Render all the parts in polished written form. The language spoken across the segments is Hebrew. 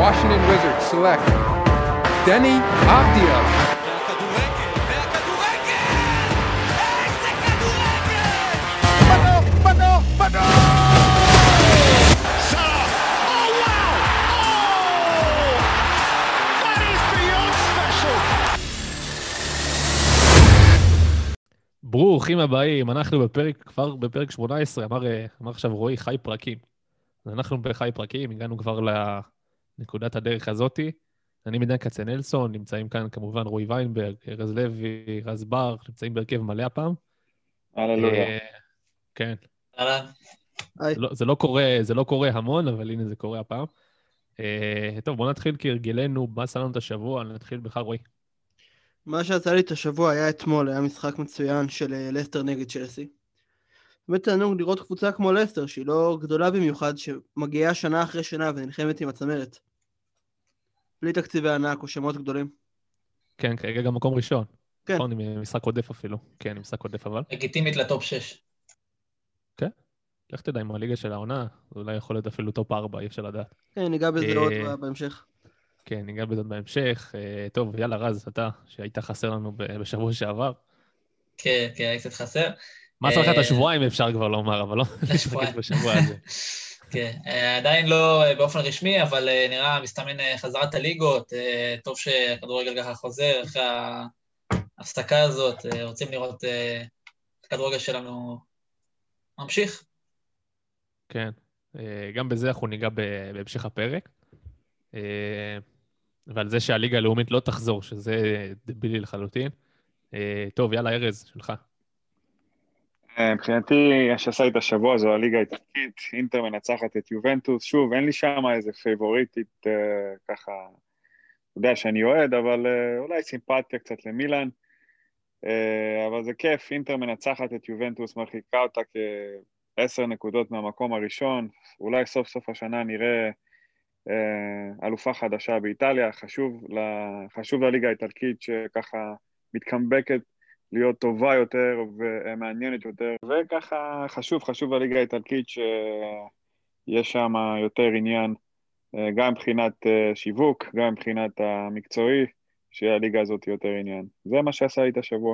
Washington Wizards select Deni Avdija. ברוכים הבאים, אנחנו כבר בפרק 18, אמר עכשיו רועי חי פרקים. אז אנחנו בחי פרקים, הגענו כבר לנקודת הדרך הזאתי. אני מדן כצנלסון, נמצאים כאן כמובן רועי ויינברג, ארז לוי, רז בר, נמצאים בהרכב מלא הפעם. הללויה. כן. אהלן. זה לא קורה המון, אבל הנה זה קורה הפעם. טוב, בואו נתחיל כהרגלנו, מה עשה לנו את השבוע, נתחיל בך רועי. מה שעשה לי את השבוע היה אתמול, היה משחק מצוין של לסטר נגד צ'לסי. באמת תענוג לראות קבוצה כמו לסטר, שהיא לא גדולה במיוחד, שמגיעה שנה אחרי שנה ונלחמת עם הצמרת. בלי תקציבי ענק או שמות גדולים. כן, כרגע גם מקום ראשון. כן. נכון, עם משחק עודף אפילו. כן, עם משחק עודף אבל. לגיטימית לטופ 6. כן? לך תדע עם הליגה של העונה, זה אולי יכול להיות אפילו טופ 4, אי אפשר לדעת. כן, ניגע בזה עוד בהמשך. כן, ניגע בזה בהמשך. טוב, יאללה רז, אתה, שהיית חסר לנו בשבוע שעבר. כן, היה קצת חסר. מה עשה לך את השבועיים אפשר כבר לומר, אבל לא נתמקד בשבוע הזה. כן, עדיין לא באופן רשמי, אבל נראה מסתמן חזרת הליגות, טוב שהכדורגל ככה חוזר, אחרי ההפסקה הזאת, רוצים לראות הכדורגל שלנו ממשיך. כן, גם בזה אנחנו ניגע בהמשך הפרק, ועל זה שהליגה הלאומית לא תחזור, שזה דבילי לחלוטין. טוב, יאללה ארז, שלך. מבחינתי, שעשה את השבוע זו הליגה האיטלקית, אינטר מנצחת את יובנטוס, שוב, אין לי שם איזה פייבוריטית ככה, אתה יודע שאני אוהד, אבל אולי סימפתיה קצת למילאן, אבל זה כיף, אינטר מנצחת את יובנטוס, מרחיקה אותה כ10 נקודות מהמקום הראשון, אולי סוף סוף השנה נראה אלופה חדשה באיטליה, חשוב לליגה האיטלקית שככה מתקמבקת, להיות טובה יותר ומעניינת יותר, וככה חשוב לליגה האיטלקית שיש שם יותר עניין, גם מבחינת שיווק, גם מבחינת המקצועי, שהליגה הזאת יותר עניין. זה מה שעשה לי את השבוע.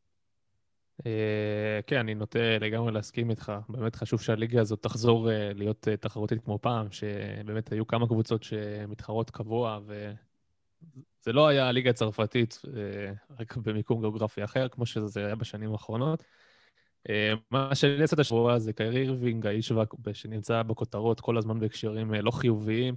כן, אני נוטה לגמרי להסכים איתך. באמת חשוב שהליגה הזאת תחזור להיות תחרותית כמו פעם, שבאמת היו כמה קבוצות שמתחרות קבוע, זה לא היה הליגה הצרפתית, רק במיקום גיאוגרפי אחר, כמו שזה היה בשנים האחרונות. מה שלי עשה את השבוע זה קיירי אירווינג, האיש שנמצא בכותרות כל הזמן בהקשרים לא חיוביים,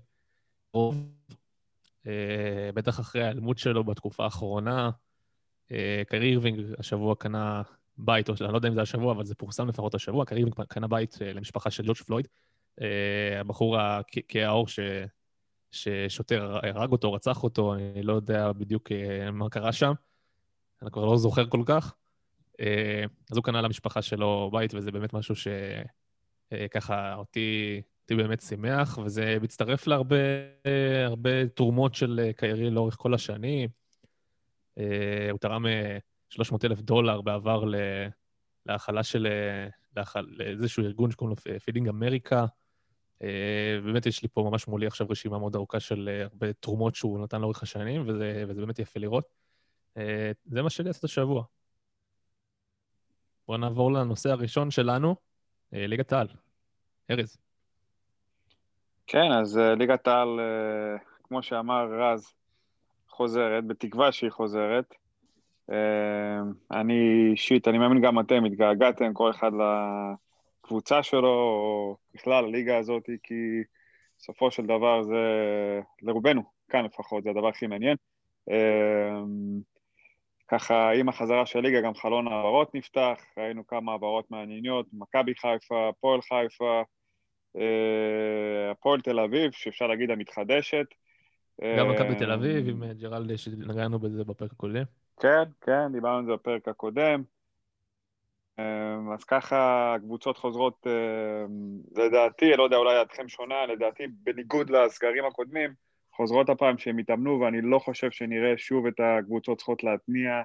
בטח אחרי האלמות שלו בתקופה האחרונה. קיירי אירווינג השבוע קנה בית, אני לא יודע אם זה השבוע, אבל זה פורסם לפחות השבוע, קיירי אירווינג קנה בית למשפחה של ג'ורג' פלויד, הבחור כהאור ששוטר הרג אותו, רצח אותו, אני לא יודע בדיוק מה קרה שם, אני כבר לא זוכר כל כך. אז הוא קנה למשפחה שלו בית, וזה באמת משהו שככה אותי באמת שמח, וזה מצטרף להרבה תרומות של קיירי לאורך כל השנים. הוא תרם $300,000 בעבר להאכלה לאיזשהו ארגון שקוראים לו פידינג אמריקה, באמת יש לי פה ממש מולי עכשיו רשימה מאוד ארוכה של הרבה תרומות שהוא נתן לאורך השנים, וזה באמת יפה לראות. זה מה שלי עשה את השבוע. בואו נעבור לנושא הראשון שלנו, ליגת העל. ארז. כן, אז ליגת העל, כמו שאמר רז, חוזרת, בתקווה שהיא חוזרת. אני מאמין גם אתם, התגעגעתם כל אחד לקבוצה שלו, או בכלל הליגה הזאת, כי בסופו של דבר זה, לרובנו, כאן לפחות, זה הדבר הכי מעניין. ככה, עם החזרה של הליגה, גם חלון העברות נפתח, ראינו כמה העברות מעניינות, מכבי חיפה, הפועל חיפה, הפועל תל אביב, שאפשר להגיד המתחדשת. גם מכבי תל אביב, עם ג'רלד שנגענו בזה בפרק הקודם. כן, דיברנו על זה בפרק הקודם. אז ככה הקבוצות חוזרות, לדעתי, אני לא יודע, אולי ידכם שונה, לדעתי, בניגוד לסגרים הקודמים, חוזרות הפעם שהם התאמנו, ואני לא חושב שנראה שוב את הקבוצות צריכות להתניע,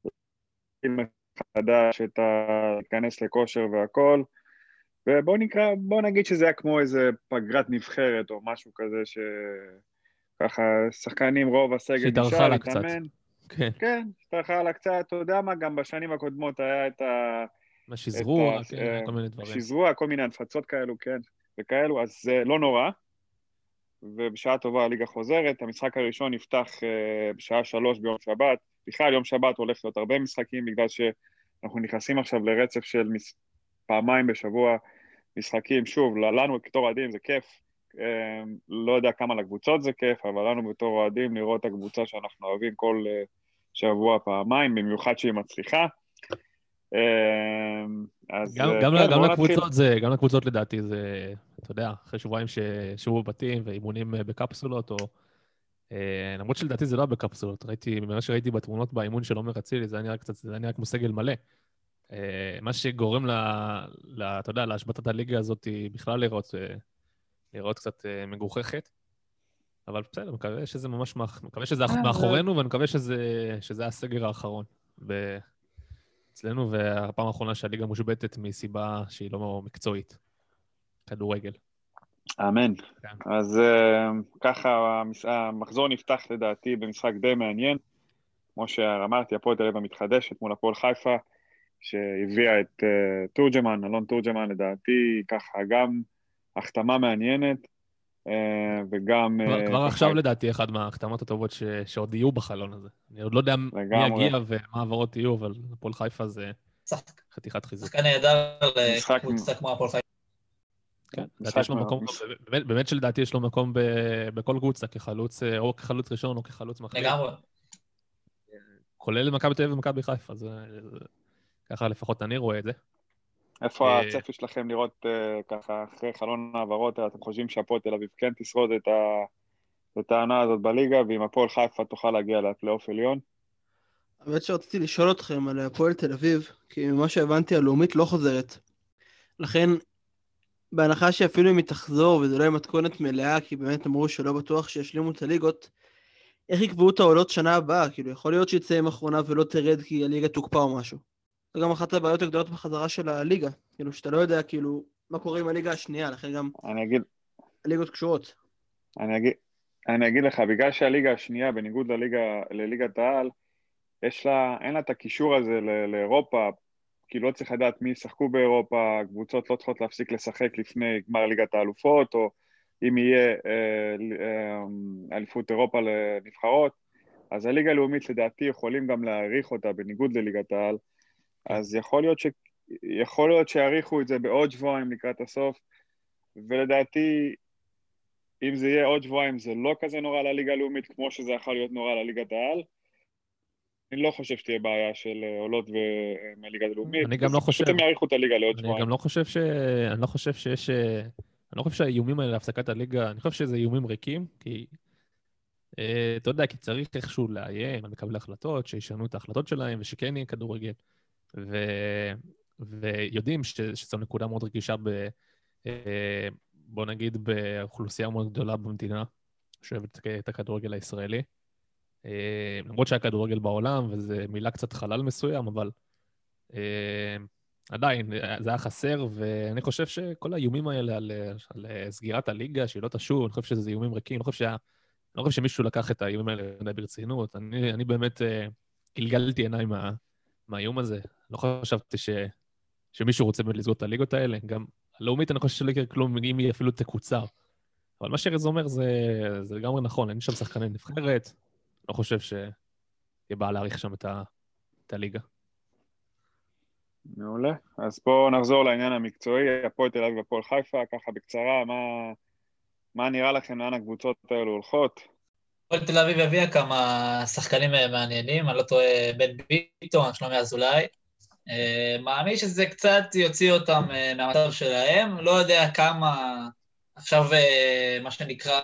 מחדש, להתכנס לכושר והכל, ובואו נגיד שזה היה כמו איזה פגרת נבחרת, או משהו כזה ככה שחקנים רוב הסגל שהתארכה נשאר, לה קצת. התאמן. כן. כן, השתרכה לה קצת, אתה יודע מה, גם בשנים הקודמות היה את מה שזרו, כן, כל מיני דברים. שזרו, כל מיני הנפצות כאלו, כן, וכאלו, אז זה לא נורא. ובשעה טובה הליגה חוזרת, המשחק הראשון נפתח בשעה 3 ביום שבת. בכלל, יום שבת הולך להיות הרבה משחקים, בגלל שאנחנו נכנסים עכשיו לרצף של פעמיים בשבוע משחקים. שוב, לנו בתור אוהדים זה כיף, לא יודע כמה לקבוצות זה כיף, אבל לנו בתור אוהדים לראות את הקבוצה שאנחנו אוהבים כל שבוע פעמיים, במיוחד שהיא מצליחה. גם לקבוצות לדעתי זה, אתה יודע, אחרי שבועיים ששבו בבתים ואימונים בקפסולות, או למרות שלדעתי זה לא בקפסולות, מה שראיתי בתמונות באימון של עומר אצילי, זה נראה כמו סגל מלא. מה שגורם אתה יודע, להשבתת הליגה הזאת בכלל לראות קצת מגוחכת, אבל בסדר, מקווה שזה ממש, מקווה שזה מאחורינו, ואני מקווה שזה הסגר האחרון אצלנו, והפעם האחרונה שהליגה מושבתת מסיבה שהיא לא מקצועית. כדורגל. אמן. אז ככה המחזור נפתח לדעתי במשחק די מעניין, כמו שאמרתי, הפועל תל אביב המתחדשת מול הפועל חיפה, שהביאה את תורג'מן, אלון תורג'מן לדעתי, ככה גם החתמה מעניינת, וגם... כבר עכשיו לדעתי אחד מההחתמות הטובות שעוד יהיו בחלון הזה. אני עוד לא יודע מי יגיע ומה העברות יהיו, אבל הפועל חיפה זה חתיכת חיזוק. שחקן נהדר לקבוצה כמו הפועל חיפה. כן, יש לו מקום, באמת שלדעתי יש לו מקום בכל קבוצה, כחלוץ, או כחלוץ ראשון או כחלוץ מחליף. לגמרי. כולל מכבי תל אביב ומכבי חיפה, ככה לפחות אני רואה את זה. איפה הצפי שלכם לראות ככה אחרי חלון העברות, אתם חושבים שהפועל תל אביב כן תשרוד את העונה הזאת בליגה, ואם הפועל חיפה תוכל להגיע לפלייאוף עליון? האמת שרציתי לשאול אתכם על הפועל תל אביב, כי ממה שהבנתי הלאומית לא חוזרת. לכן, בהנחה שאפילו אם היא תחזור, וזה לא יהיה מתכונת מלאה, כי באמת אמרו שלא בטוח שישלימו את הליגות, איך יקבעו את העולות שנה הבאה? כאילו, יכול להיות שיצא עם אחרונה ולא תרד כי הליגה תוקפא או משהו. זה גם אחת הבעיות הגדולות בחזרה של הליגה. כאילו, שאתה לא יודע, כאילו, מה קורה עם הליגה השנייה, לכן גם הליגות קשורות. אני אגיד לך, בגלל שהליגה השנייה, בניגוד לליגת העל, אין לה את הקישור הזה לאירופה, כי לא צריך לדעת מי ישחקו באירופה, קבוצות לא צריכות להפסיק לשחק לפני גמר ליגת האלופות, או אם יהיה אליפות אירופה לנבחרות, אז הליגה הלאומית לדעתי יכולים גם להעריך אותה בניגוד לליגת העל, אז יכול להיות שיעריכו את זה בעוד שבועיים לקראת הסוף, ולדעתי אם זה יהיה עוד שבועיים זה לא כזה נורא לליגה הלאומית כמו שזה יכול להיות נורא לליגת העל. אני לא חושב שתהיה בעיה של עולות ומליגה הלאומית. אני גם לא חושב. פשוט הם יעריכו את הליגה לעוד שבועיים. אני גם לא חושב אני לא חושב שיש... אני לא חושב שהאיומים האלה להפסקת הליגה, אני חושב שזה איומים ריקים, כי... אתה יודע, כי צריך איכשהו לאיים על מקבלי החלטות, שישנו את ההחלטות שלהם, ושכן יהיה כדורגל. ויודעים שזו נקודה מאוד רגישה בוא נגיד, באוכלוסייה מאוד גדולה במדינה, שאוהבת את הכדורגל הישראלי. למרות שהיה כדורגל בעולם, וזו מילה קצת חלל מסוים, אבל עדיין, זה היה חסר, ואני חושב שכל האיומים האלה על סגירת הליגה, שהיא לא תשוב, אני חושב שזה איומים ריקים, אני לא חושב שמישהו לקח את האיומים האלה ברצינות. אני באמת גלגלתי עיניים מהאיום הזה. לא חשבתי שמישהו רוצה באמת לסגור את הליגות האלה. גם הלאומית אני חושב שלא יקרה כלום אם היא אפילו תקוצר. אבל מה שארז אומר זה לגמרי נכון, אין שם שחקני נבחרת, לא חושב שיהיה בעיה להאריך שם את הליגה. מעולה. אז בואו נחזור לעניין המקצועי, הפועל תל אביב והפועל חיפה, ככה בקצרה, מה נראה לכם לאן הקבוצות האלו הולכות? הפועל תל אביב הביאה כמה שחקנים מעניינים, אני לא טועה, בן ביטון, שלומי אזולאי. מאמין שזה קצת יוציא אותם מהמצב שלהם, לא יודע כמה עכשיו מה שנקרא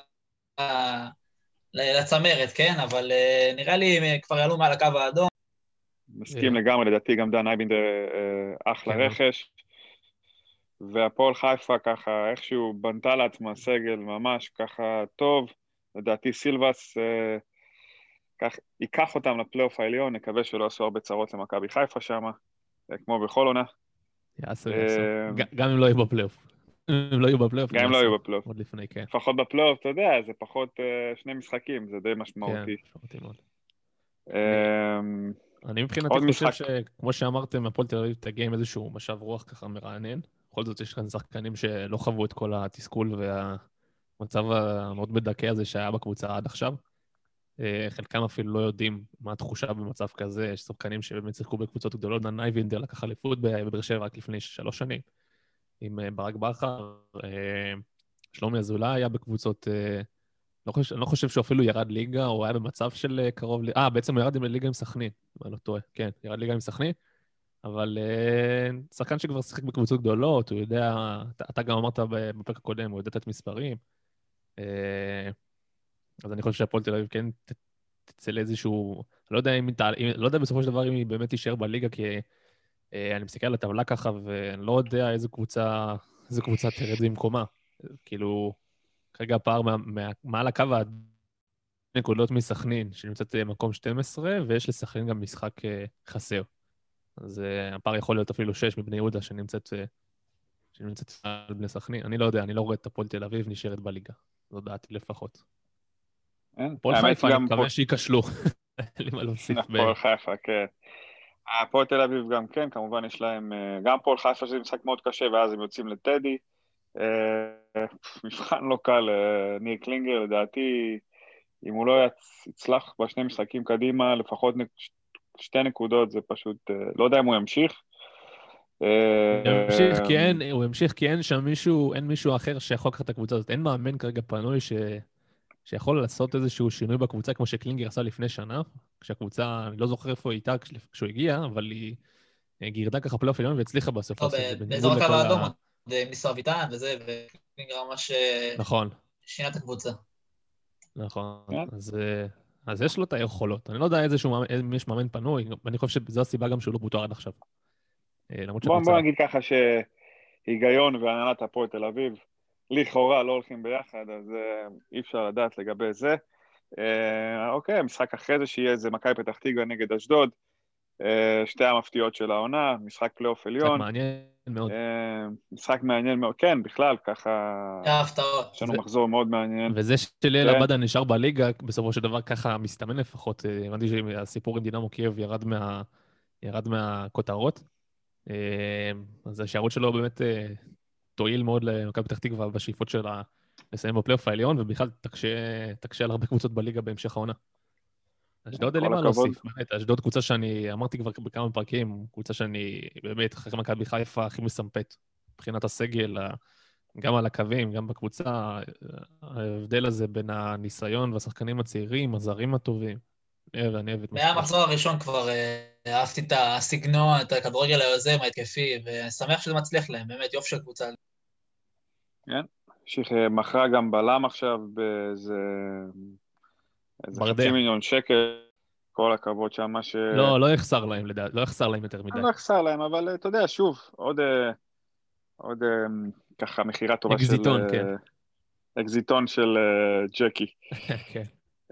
לצמרת, כן? אבל נראה לי כבר יעלו מעל הקו האדום. מסכים לגמרי, לדעתי גם דן אייבינדר אחלה רכש, והפועל חיפה ככה איכשהו בנתה לעצמה סגל ממש ככה טוב, לדעתי סילבס כך ייקח אותם לפלייאוף העליון, נקווה שלא עשו הרבה צרות למכבי חיפה שם, כמו בכל עונה. יעשו. גם אם לא יהיה בפלייאוף. הם לא יהיו בפלייאוף. גם אם לא יהיו בפלייאוף. עוד לפני, כן. לפחות בפלייאוף, אתה יודע, זה פחות 2 משחקים, זה די כן, משמעותי. משמעותי מאוד. אמ, אני מבחינתי עוד חושב משחק. שכמו שאמרתם, הפועל תל אביב תגיע עם איזשהו משב רוח ככה מרענן. בכל זאת יש כאן שחקנים שלא חוו את כל התסכול והמצב המאוד מדכא הזה שהיה בקבוצה עד עכשיו. חלקם אפילו לא יודעים מה התחושה במצב כזה. יש שחקנים שבאמת שיחקו בקבוצות גדולות. דן אייבינדר לקח אליפות בבאר שבע רק לפני 3 שנים. עם ברק בכר, שלומי אזולאי היה בקבוצות... לא חושב שהוא אפילו ירד ליגה, או היה במצב של קרוב... בעצם הוא ירד ליגה עם סכנין, אני לא טועה. כן, ירד ליגה עם סכנין, אבל שחקן שכבר שיחק בקבוצות גדולות, הוא יודע, אתה גם אמרת בפרק הקודם, הוא יודע את מספרים. אז אני חושב שהפועל תל אביב כן תצא לאיזשהו... לא יודע בסופו של דבר אם היא באמת תישאר בליגה, כי אני מסתכל על הטבלה ככה, ואני לא יודע איזו קבוצה תרד במקומה. כאילו... כרגע הפער מעל הקו נקודות מסכנין, שנמצאת מקום 12, ויש לסכנין גם משחק חסר. אז הפער יכול להיות אפילו 6 מבני יהודה, שנמצאת על בני סכנין. אני לא יודע, אני לא רואה את הפועל תל אביב נשארת בליגה. זו דעתי לפחות. הפועל חיפה, אני מקווה שייכשלו. אין לי מה להוסיף. הפועל חיפה, כן. הפועל תל אביב גם כן, כמובן יש להם, גם הפועל חיפה שזה משחק מאוד קשה, ואז הם יוצאים לטדי. מבחן לא קל, ניר קלינגר, לדעתי, אם הוא לא יצלח בשני משחקים קדימה, לפחות 2 נקודות, זה פשוט, לא יודע אם הוא ימשיך. הוא ימשיך כי אין שם מישהו אחר שיכול לקחת את הקבוצה הזאת. אין מאמן כרגע פנוי שיכול לעשות איזשהו שינוי בקבוצה, כמו שקלינגר עשה לפני שנה, כשהקבוצה, אני לא זוכר איפה היא הייתה כשהוא הגיע, אבל היא גירדה ככה פלייאוף עליון והצליחה בסוף. באזור הקו האדום. ניסו אביטן וזה, וקלינגר ממש שינה את הקבוצה. נכון, אז יש לו את היכולות. אני לא יודע אם יש מאמן פנוי, ואני חושב שזו הסיבה גם שהוא לא פוטר עד עכשיו. בוא נגיד ככה שהיגיון והנהלת הפועל תל אביב, לכאורה לא הולכים ביחד, אז אי אפשר לדעת לגבי זה. אוקיי, המשחק אחרי זה שיהיה איזה מכבי פתח תקווה נגד אשדוד, שתי המפתיעות של העונה, משחק פלייאוף עליון. משחק מעניין מאוד. משחק מעניין מאוד, כן, בכלל, ככה... הפתעות. יש לנו מחזור מאוד מעניין. וזה שליאל עבדה נשאר בליגה, בסופו של דבר ככה מסתמן לפחות, הבנתי שהסיפור עם דינמו קייב ירד מהכותרות, אז השערות שלו באמת תועיל מאוד למכבי פתח תקווה בשאיפות שלה לסיים בפלייאוף העליון, ובכלל תקשה על הרבה קבוצות בליגה בהמשך העונה. אשדוד אין לי מה להוסיף, באמת, אשדוד קבוצה שאני אמרתי כבר בכמה פרקים, קבוצה שאני באמת אחרי מכבי חיפה הכי מסמפת, מבחינת הסגל, גם על הקווים, גם בקבוצה, ההבדל הזה בין הניסיון והשחקנים הצעירים, הזרים הטובים, אני אוהב את מהמחזור הראשון כבר אהבתי את הסגנון, את הכדורגל היוזם, ההתקפי, ושמח שזה מצליח להם, באמת יופי של קבוצה. כן, שמכרה גם בלם עכשיו באיזה... איזה 5 מיליון שקל, כל הכבוד שם מה ש... לא יחסר להם לדעת, לא יחסר להם יותר מדי. לא יחסר להם, אבל אתה יודע, שוב, עוד ככה מחירה טובה של... אקזיטון, כן. אקזיטון של ג'קי. כן.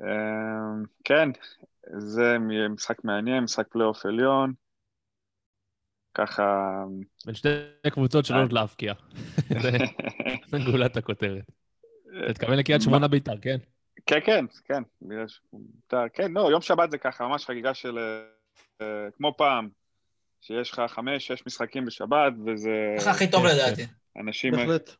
כן, זה משחק מעניין, משחק פלייאוף עליון. ככה... בין שתי קבוצות שלא עוד להפקיע. זה גולת הכותרת. תתכוון לקריית שמונה בית"ר, כן? כן. כן, לא, יום שבת זה ככה, ממש חגיגה של... כמו פעם, שיש לך 5-6 משחקים בשבת, וזה... ככה הכי טוב לדעתי. אנשים... בהחלט.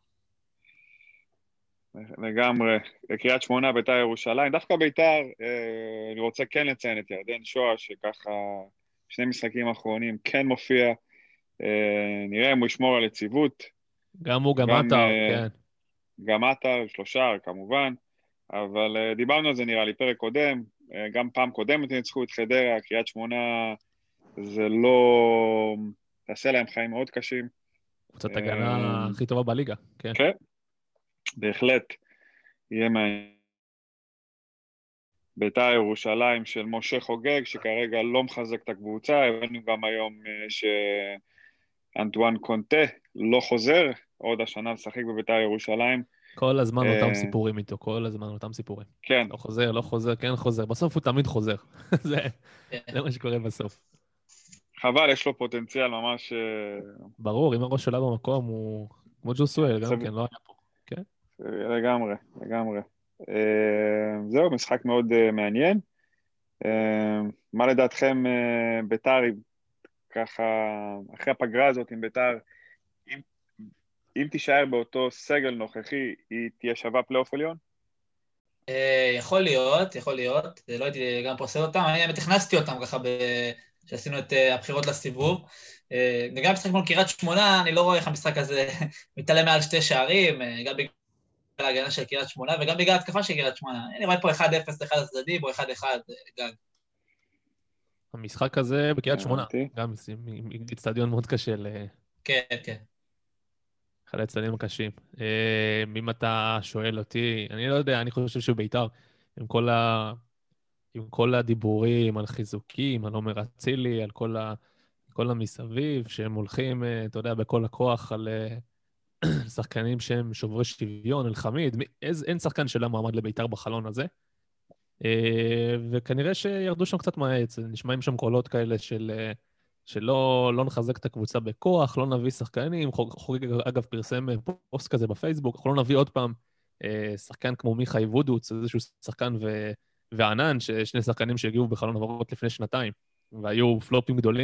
לגמרי. קריית שמונה, בית"ר ירושלים. דווקא בית"ר, אני רוצה כן לציין את ירדן שואה, שככה 2 משחקים האחרונים כן מופיע. נראה אם הוא ישמור על יציבות. גם הוא, גם עטר, כן. גם עטר, 3 כמובן. אבל דיברנו על זה נראה לי פרק קודם, גם פעם קודמת ניצחו את חדרה, קריית שמונה זה לא... תעשה להם חיים מאוד קשים. קבוצת הגנה הכי טובה בליגה, כן. כן, בהחלט. יהיה מעניין. בית"ר ירושלים של משה חוגג, שכרגע לא מחזק את הקבוצה, הבאנו גם היום שאנטואן קונטה לא חוזר, עוד השנה לשחק בבית"ר ירושלים, כל הזמן אותם סיפורים איתו, כל הזמן אותם סיפורים. כן. לא חוזר, כן חוזר. בסוף הוא תמיד חוזר. זה מה שקורה בסוף. חבל, יש לו פוטנציאל ממש... ברור, אם הראש שלה במקום, הוא כמו ג'וסואל, גם סביר. כן, לא היה פה. כן? לגמרי, לגמרי. זהו, משחק מאוד מעניין. מה לדעתכם ביתר, ככה, אחרי הפגרה הזאת עם ביתר, אם תישאר באותו סגל נוכחי, היא תהיה שווה פלייאוף עליון? יכול להיות, יכול להיות. לא הייתי גם פוסל אותם. אני באמת הכנסתי אותם ככה כשעשינו את הבחירות לסיבוב. וגם משחק מול קריית שמונה, אני לא רואה איך המשחק הזה מתעלם מעל 2 שערים, גם בגלל ההגנה של קריית שמונה, וגם בגלל ההתקפה של קריית שמונה. אני רואה פה 1-0 אחד הצדדים, או 1-1 גג. המשחק הזה בקריית שמונה, הבנתי. גם אצטדיון מאוד קשה כן, כן. אחד הצדדים הקשים. אם אתה שואל אותי, אני לא יודע, אני חושב שביתר, עם כל הדיבורים על חיזוקים, על עומר אצילי, על כל המסביב, שהם הולכים, אתה יודע, בכל הכוח על שחקנים שהם שוברי שוויון, אלחמיד, אין שחקן שלה מועמד לביתר בחלון הזה. וכנראה שירדו שם קצת מהעץ, נשמעים שם קולות כאלה שלא נחזק את הקבוצה בכוח, לא נביא שחקנים, חוגג אגב פרסם פוסט כזה בפייסבוק, אנחנו לא נביא עוד פעם שחקן כמו מיכאי וודוץ, איזשהו שחקן וענן, שני שחקנים שהגיעו בחלון עברות לפני 2 והיו פלופים גדולים.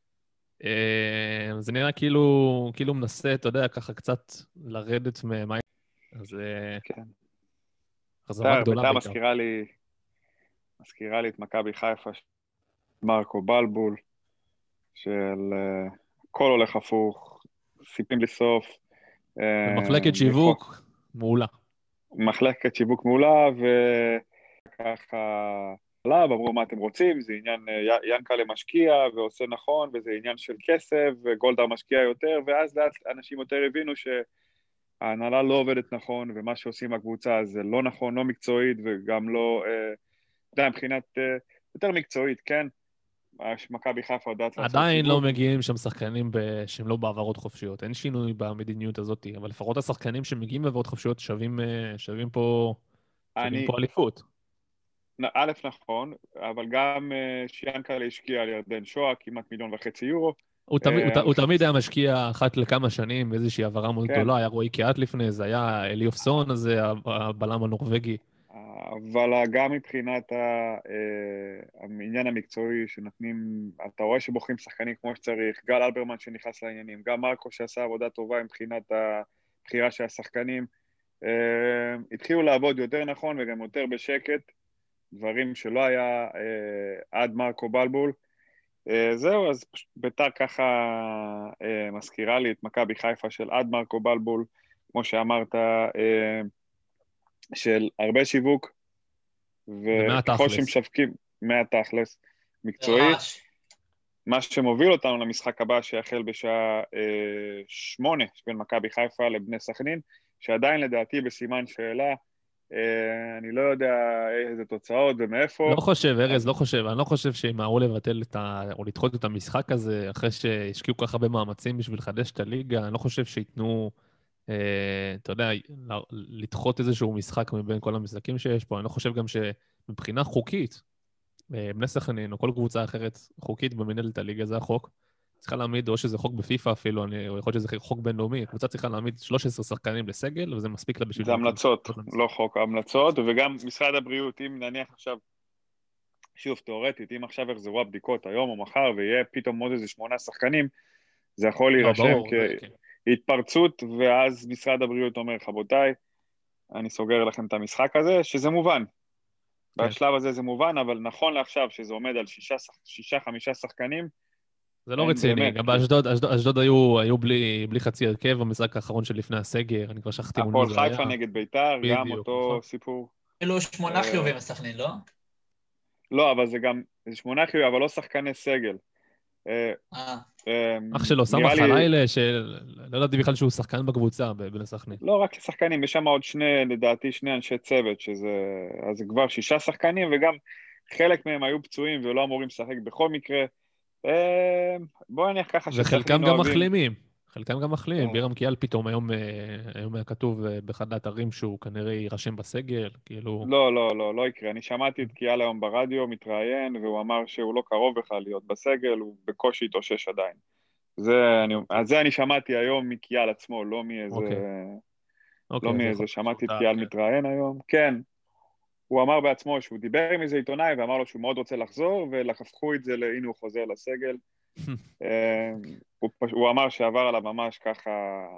זה נראה כאילו מנסה, אתה יודע, ככה קצת לרדת ממה... אז כן. חזרה גדולה ביתר בעיקר. מזכירה לי את מכבי חיפה, מרקו בלבול, של הכל הולך הפוך, סיפים לסוף. מחלקת שיווק מעולה. מחלקת שיווק מעולה, וככה עליו, אמרו מה אתם רוצים, זה עניין, ינקלה משקיע ועושה נכון, וזה עניין של כסף, וגולדהר משקיע יותר, ואז לאט אנשים יותר הבינו שההנהלה לא עובדת נכון, ומה שעושים הקבוצה זה לא נכון, לא מקצועית, וגם לא, מבחינת יותר מקצועית, כן? מכבי חיפה יודעת לעשות עדיין שיווק. לא מגיעים שם שחקנים שהם לא בעברות חופשיות. אין שינוי במדיניות הזאת, אבל לפחות השחקנים שמגיעים בעברות חופשיות שווים פה אליפות. א', נכון, אבל גם שיאנקלה השקיע על ירדן שואה, כמעט 1.5 מיליון יורו. הוא תמיד היה משקיע אחת לכמה שנים באיזושהי העברה מאוד גדולה, היה רועי קיאט לפני, זה היה אליופסון הזה, הבלם הנורווגי. אבל גם מבחינת העניין המקצועי שנותנים, אתה רואה שבוחרים שחקנים כמו שצריך, גל אלברמן שנכנס לעניינים, גם מרקו שעשה עבודה טובה מבחינת הבחירה של השחקנים, התחילו לעבוד יותר נכון וגם יותר בשקט, דברים שלא היה עד מרקו בלבול. זהו, אז ביתר ככה מזכירה לי את מכבי חיפה של עד מרקו בלבול, כמו שאמרת, של הרבה שיווק, וככל שמשווקים, מהתכלס מקצועי, מה שמוביל אותנו למשחק הבא שיחל בשעה 8 בין מכבי חיפה לבני סכנין, שעדיין לדעתי בסימן שאלה, אני לא יודע איזה תוצאות ומאיפה. לא חושב, ארז, לא חושב. אני לא חושב שימהרו לבטל או לדחות את המשחק הזה, אחרי שהשקיעו כל כך הרבה מאמצים בשביל לחדש את הליגה. אני לא חושב שייתנו, אתה יודע, לדחות איזשהו משחק מבין כל המשחקים שיש פה. אני לא חושב גם שמבחינה חוקית, בני סכנין או כל קבוצה אחרת חוקית במנהלת הליגה, זה החוק. צריכה להעמיד, או שזה חוק בפיפה אפילו, או יכול להיות שזה חוק בינלאומי, הקבוצה צריכה להעמיד 13 שחקנים לסגל, וזה מספיק לה בשביל... זה המלצות, לא חוק, המלצות, וגם משרד הבריאות, אם נניח עכשיו, שוב, תיאורטית, אם עכשיו יחזרו הבדיקות היום או מחר, ויהיה פתאום עוד איזה 8 שחקנים, זה יכול להירשם כהתפרצות, ואז משרד הבריאות אומר, רבותיי, אני סוגר לכם את המשחק הזה, שזה מובן. בשלב הזה זה מובן, אבל נכון לעכשיו, שזה עומד על 6-5 שחקנים, זה לא רציני, גם באשדוד היו בלי חצי הרכב במשחק האחרון של לפני הסגר, אני כבר שכחתי מול מי זה היה. הפועל חיפה נגד ביתר, גם אותו סיפור. אלו 8 חיובים בסכנין, לא? לא, אבל זה גם 8 חיובים, אבל לא שחקני סגל. אח שלו, סמך חלילה, שלא ידעתי בכלל שהוא שחקן בקבוצה בבני סכנין. לא, רק שחקנים, יש שם עוד לדעתי 2 אנשי צוות, אז זה כבר 6 שחקנים, וגם חלק מהם היו פצועים ולא אמורים לשחק בכל מקרה. בואו נניח ככה וחלקם גם מחלימים. חלקם גם מחלימים. בירם קיאל פתאום היום היה כתוב באחד האתרים שהוא כנראה יירשם בסגל, כאילו... לא יקרה. אני שמעתי את קיאל היום ברדיו, מתראיין, והוא אמר שהוא לא קרוב בכלל להיות בסגל, הוא בקושי התאושש עדיין. אז זה אני שמעתי היום מקיאל עצמו, לא מאיזה... לא מאיזה, שמעתי את קיאל מתראיין היום. כן, הוא אמר בעצמו שהוא דיבר עם איזה עיתונאי ואמר לו שהוא מאוד רוצה לחזור, ולחפכו את זה הנה הוא חוזר לסגל. הוא אמר שעבר עליו ממש ככה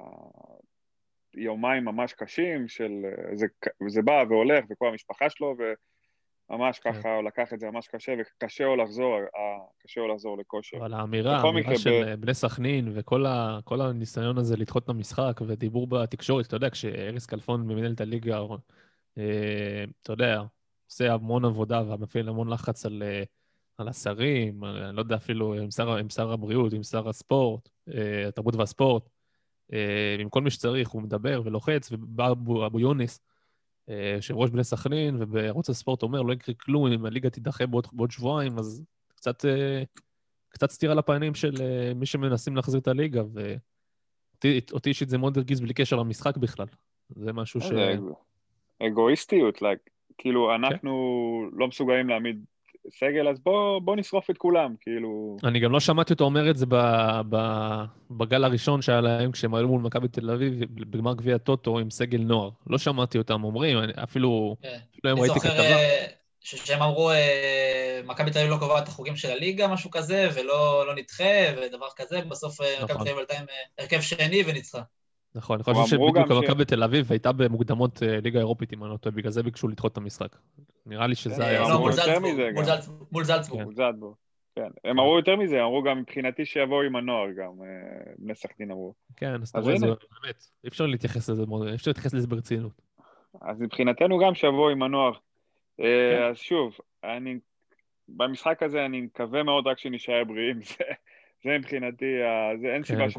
יומיים ממש קשים, זה בא והולך וכל המשפחה שלו, וממש ככה הוא לקח את זה ממש קשה, וקשה לו לחזור לכושר. אבל האמירה של בני סכנין וכל הניסיון הזה לדחות את המשחק ודיבור בתקשורת, אתה יודע, כשאריס כלפון ממנהל את הליגה, אתה יודע, עושה המון עבודה ומפעיל המון לחץ על השרים, אני לא יודע אפילו עם שר הבריאות, עם שר הספורט, התרבות והספורט, עם כל מי שצריך, הוא מדבר ולוחץ, ובא אבו יונס, יושב ראש בני סכנין, ובערוץ הספורט אומר, לא יקרה כלום, אם הליגה תידחה בעוד שבועיים, אז קצת סתירה לפנים של מי שמנסים להחזיר את הליגה, ואותי אישית זה מאוד הרגיז בלי קשר למשחק בכלל. זה משהו אגואיסטיות, כאילו אנחנו לא מסוגלים להעמיד סגל, אז בוא נשרוף את כולם, כאילו... אני גם לא שמעתי אותו אומר את זה בגל הראשון שהיה להם, כשהם עלו מול מכבי תל אביב, בגמר גביע הטוטו עם סגל נוער. לא שמעתי אותם אומרים, אפילו הם ראיתי כתבה. שהם אמרו, מכבי תל אביב לא קובעת את החוגים של הליגה, משהו כזה, ולא נדחה, ודבר כזה, בסוף מכבי תל אביב עלתה עם הרכב שני וניצחה. נכון, אני חושב שבדיוק מכבי תל אביב הייתה במוקדמות ליגה אירופית, אם אני לא טועה, בגלל זה ביקשו לדחות את המשחק. נראה לי שזה היה... מול זלצבורג. כן, הם אמרו יותר מזה, אמרו גם מבחינתי שיבואו עם הנוער גם, בני סכנין אמרו. כן, אז אתה רואה, זה באמת, אי אפשר להתייחס לזה ברצינות. אז מבחינתנו גם שיבואו עם הנוער. אז שוב, במשחק הזה אני מקווה מאוד רק שנשאר בריאים, זה מבחינתי, אין סיבה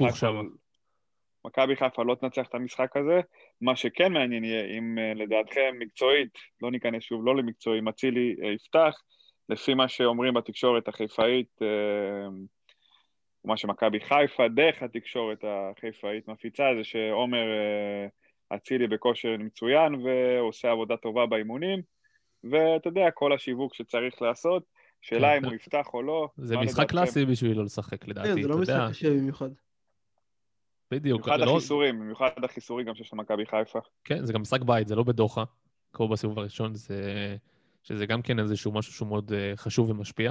מכבי חיפה לא תנצח את המשחק הזה. מה שכן מעניין יהיה, אם לדעתכם מקצועית, לא ניכנס שוב, לא למקצועי, מצילי יפתח, לפי מה שאומרים בתקשורת החיפאית, מה שמכבי חיפה, דרך התקשורת החיפאית מפיצה, זה שעומר אצילי בכושר מצוין, ועושה עבודה טובה באימונים, ואתה יודע, כל השיווק שצריך לעשות, שאלה אם הוא יפתח או לא. זה משחק קלאסי בשבילו לשחק, לדעתי. זה לא משחק קשה במיוחד. בדיוק. במיוחד החיסורים גם שיש למכבי חיפה. כן, זה גם משחק בית, זה לא בדוחה, כמו בסיבוב הראשון, שזה גם כן איזשהו משהו שהוא מאוד חשוב ומשפיע.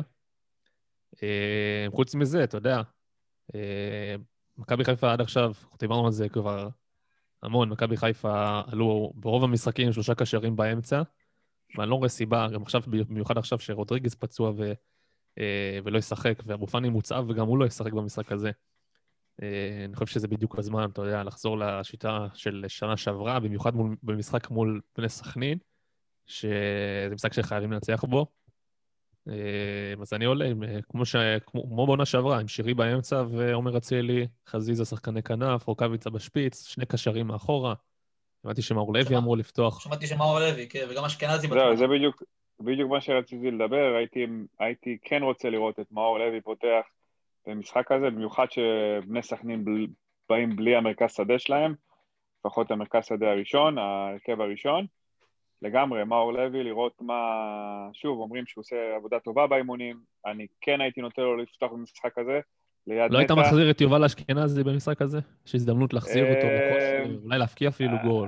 חוץ מזה, אתה יודע, מכבי חיפה עד עכשיו, דיברנו על זה כבר המון, מכבי חיפה עלו ברוב המשחקים 3 קשרים באמצע, ואני לא רואה סיבה, גם עכשיו, במיוחד עכשיו שרודריגז פצוע ולא ישחק, ואבו פאני מוצב וגם הוא לא ישחק במשחק הזה. אני חושב שזה בדיוק הזמן, אתה יודע, לחזור לשיטה של שנה שעברה, במיוחד במשחק מול בני סכנין, שזה משחק שחייבים לנצח בו. אז אני עולה, כמו בעונה שעברה, עם שירי באמצע ועומר אצילי, חזיזה שחקני כנף, רוקאביצה בשפיץ, 2 קשרים מאחורה. שמעתי שמאור לוי אמור לפתוח. שמעתי שמאור לוי, כן, וגם אשכנזי בתמונה. זה בדיוק מה שרציתי לדבר, הייתי כן רוצה לראות את מאור לוי פותח במשחק הזה, במיוחד שבני סכנין באים בלי המרכז שדה שלהם, לפחות המרכז שדה הראשון, ההרכב הראשון, לגמרי, מאור לוי, לראות מה, שוב, אומרים שהוא עושה עבודה טובה באימונים, אני כן הייתי נותן לו לפתוח במשחק הזה, ליד נטע. לא היית מחזיר את יובל אשכנזי במשחק הזה? יש הזדמנות להחזיר אותו בכושר, אולי להפקיע אפילו גול.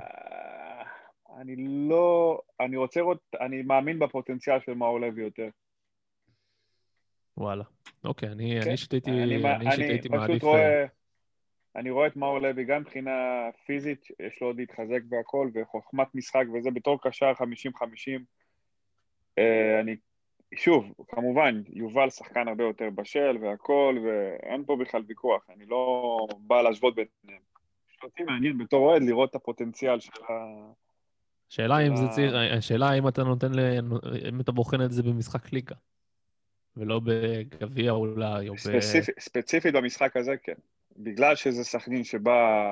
אני רוצה לראות, אני מאמין בפוטנציאל של מאור לוי יותר. וואלה. אוקיי, אני אישית הייתי מעדיף... אני רואה את מאור לוי גם מבחינה פיזית, יש לו עוד להתחזק והכל, וחוכמת משחק, וזה בתור קשר 50-50. שוב, כמובן, יובל שחקן הרבה יותר בשל והכל, ואין פה בכלל ויכוח, אני לא בא להשוות ביניהם. אותי מעניין בתור אוהד לראות את הפוטנציאל של השאלה אם אתה אם אתה בוחן את זה במשחק ליגה, ולא בגביע אולי, או ספציפית במשחק הזה, כן. בגלל שזה סכנין שבא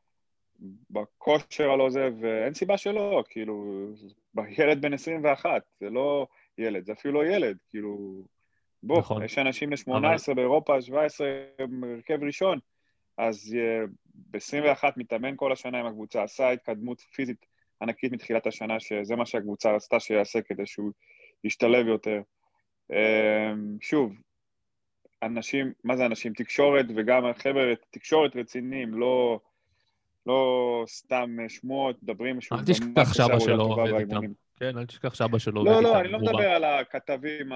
בכושר על זה, ואין סיבה שלא, כאילו, ילד בן 21, זה לא ילד, זה אפילו לא ילד, כאילו, בוא, נכון. יש אנשים ל-18 באירופה, 17 מרכב ראשון, אז ב-21 מתאמן כל השנה עם הקבוצה, עשה התקדמות פיזית ענקית מתחילת השנה, שזה מה שהקבוצה רצתה שיעשה כדי שהוא ישתלב יותר. שוב, אנשים, מה זה אנשים? תקשורת, וגם חבר'ה, תקשורת רציניים, לא סתם שמועות, מדברים שהוא אל תשכח שאבא שלו עובד איתם. כן, אל תשכח שאבא שלו עובד איתם. לא, אני לא מדבר על הכתבים,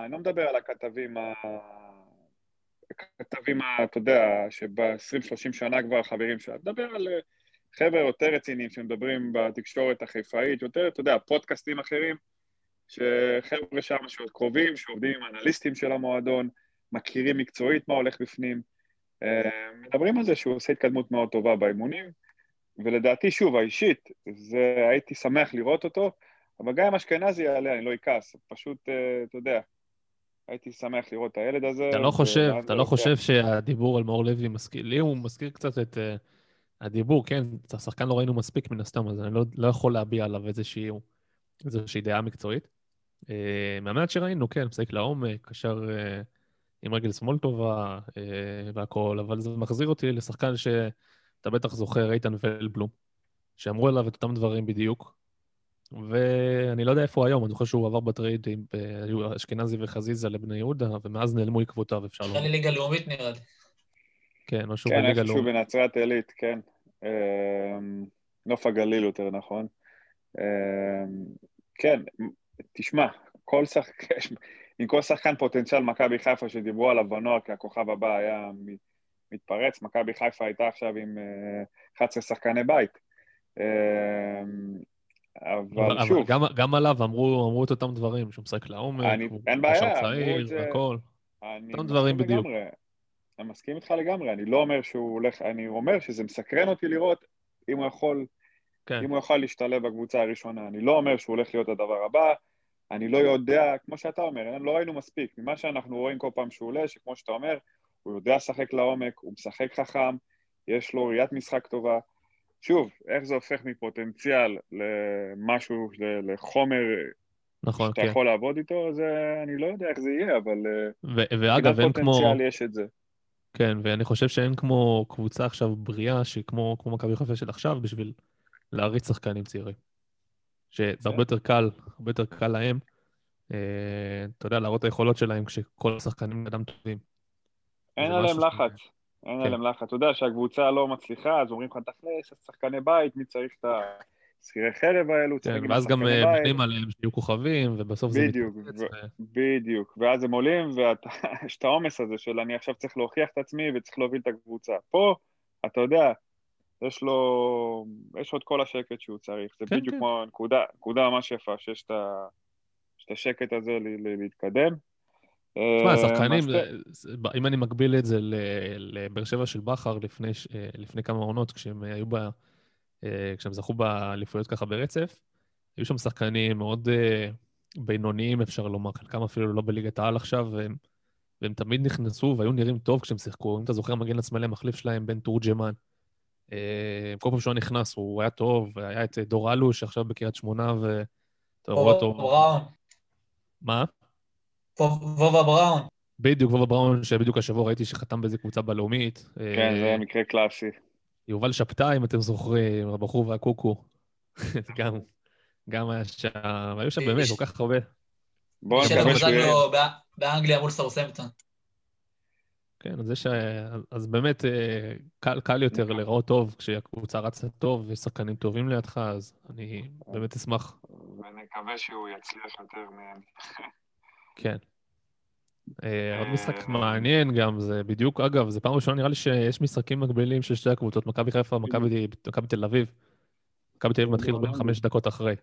אתה יודע, שב-20-30 שנה כבר חברים שלה. מדבר על חבר'ה יותר רציניים שמדברים בתקשורת החיפאית, יותר, אתה יודע, פודקאסטים אחרים, שחבר'ה שם שעוד קרובים, שעובדים עם אנליסטים של המועדון, מכירים מקצועית מה הולך בפנים, מדברים על זה שהוא עושה התקדמות מאוד טובה באימונים, ולדעתי, שוב, האישית, הייתי שמח לראות אותו, אבל גם אם אשכנזי יעלה, אני לא אכעס, פשוט, אתה יודע, הייתי שמח לראות את הילד הזה. אתה לא חושב שהדיבור על מאור לוי מזכיר, לי הוא מזכיר קצת את הדיבור, כן, את השחקן לא ראינו מספיק מן הסתם, אז אני לא יכול להביע עליו איזושהי דעה מקצועית. מהמעט שראינו, כן, משחק לעומק, קשר עם רגל שמאל טובה והכל, אבל זה מחזיר אותי לשחקן שאתה בטח זוכר, איתן ולבלום, שאמרו עליו את אותם דברים בדיוק, ואני לא יודע איפה הוא היום, אני זוכר שהוא עבר בטרייד עם אשכנזי וחזיזה לבני יהודה, ומאז נעלמו עקבותיו, אפשר לומר. נראה לי ליגה לאומית נראה לי. כן, משהו בליגה לאומית. כן, איפשהו בנצרת עילית, כן. נוף הגליל יותר נכון. כן, תשמע, עם כל שחקן פוטנציאל מכבי חיפה שדיברו עליו בנוער, כי הכוכב הבא היה מתפרץ, מכבי חיפה הייתה עכשיו עם 11 שחקני בית. אבל שוב... גם עליו אמרו את אותם דברים, שהוא משחק לעומק, הוא קשר צעיר והכל. אותם דברים בדיוק. אני מסכים איתך לגמרי, אני לא אומר שהוא הולך, אני אומר שזה מסקרן אותי לראות אם הוא יכול להשתלב בקבוצה הראשונה. אני לא אומר שהוא הולך להיות הדבר הבא, אני לא יודע, כמו שאתה אומר, לא ראינו מספיק. ממה שאנחנו רואים כל פעם שהוא עולה, שכמו שאתה אומר, הוא יודע לשחק לעומק, הוא משחק חכם, יש לו ראיית משחק טובה. שוב, איך זה הופך מפוטנציאל למשהו, לחומר שאתה יכול לעבוד איתו, אני לא יודע איך זה יהיה, אבל ואגב, אין כמו... פוטנציאל יש את זה. כן, ואני חושב שאין כמו קבוצה עכשיו בריאה, שכמו מכבי חיפה של עכשיו, בשביל להריץ שחקנים צעירים. שזה הרבה יותר קל להם, אתה יודע, להראות היכולות שלהם כשכל השחקנים אדם טובים. אין עליהם לחץ. אין עליהם לחץ. אתה יודע שהקבוצה לא מצליחה, אז אומרים לך, תכלס, שחקני בית, מי צריך את השכירי חרב האלו, כן, ואז גם בנים עליהם שיהיו כוכבים, ובסוף זה מתפוצץ. בדיוק, ואז הם עולים, ויש את העומס הזה של אני עכשיו צריך להוכיח את עצמי, וצריך להוביל את הקבוצה. פה, אתה יודע, יש עוד כל השקט שהוא צריך. זה בדיוק כמו נקודה ממש יפה, שיש את השקט הזה להתקדם. תשמע, השחקנים, אם אני מקביל את זה לבאר שבע של בכר לפני כמה עונות, כשהם זכו באליפויות ככה ברצף, היו שם שחקנים מאוד בינוניים, אפשר לומר, חלקם אפילו לא בליגת העל עכשיו, והם תמיד נכנסו והיו נראים טוב כשהם שיחקו. אם אתה זוכר, מגן השמאלי המחליף שלהם, בן תורג'מן, כל פעם שהוא נכנס, הוא היה טוב, היה את דור אלוש, עכשיו בקריית שמונה, ואתה רואה אותו... בראון. מה? וובה בראון. בדיוק, וובה בראון, שבדיוק השבוע ראיתי שחתם באיזה קבוצה בלאומית. כן, זה היה מקרה קלאסי. יובל שבתאי, אם אתם זוכרים, הבחור והקוקו. גם היה שם, היו שם באמת כל כך הרבה. בואו נקווה שהוא יהיה... באנגליה מול סאות'המפטון. כן, אז באמת קל יותר לראות טוב, כשהקבוצה רצה טוב ושחקנים טובים לידך, אז אני באמת אשמח. ונקווה שהוא יצליח יותר מהם. כן. עוד משחק מעניין גם, זה בדיוק, אגב, זה פעם ראשונה נראה לי שיש משחקים מקבילים של שתי הקבוצות, מכבי חיפה, מכבי תל אביב. מכבי תל אביב מתחיל 45 דקות אחרי.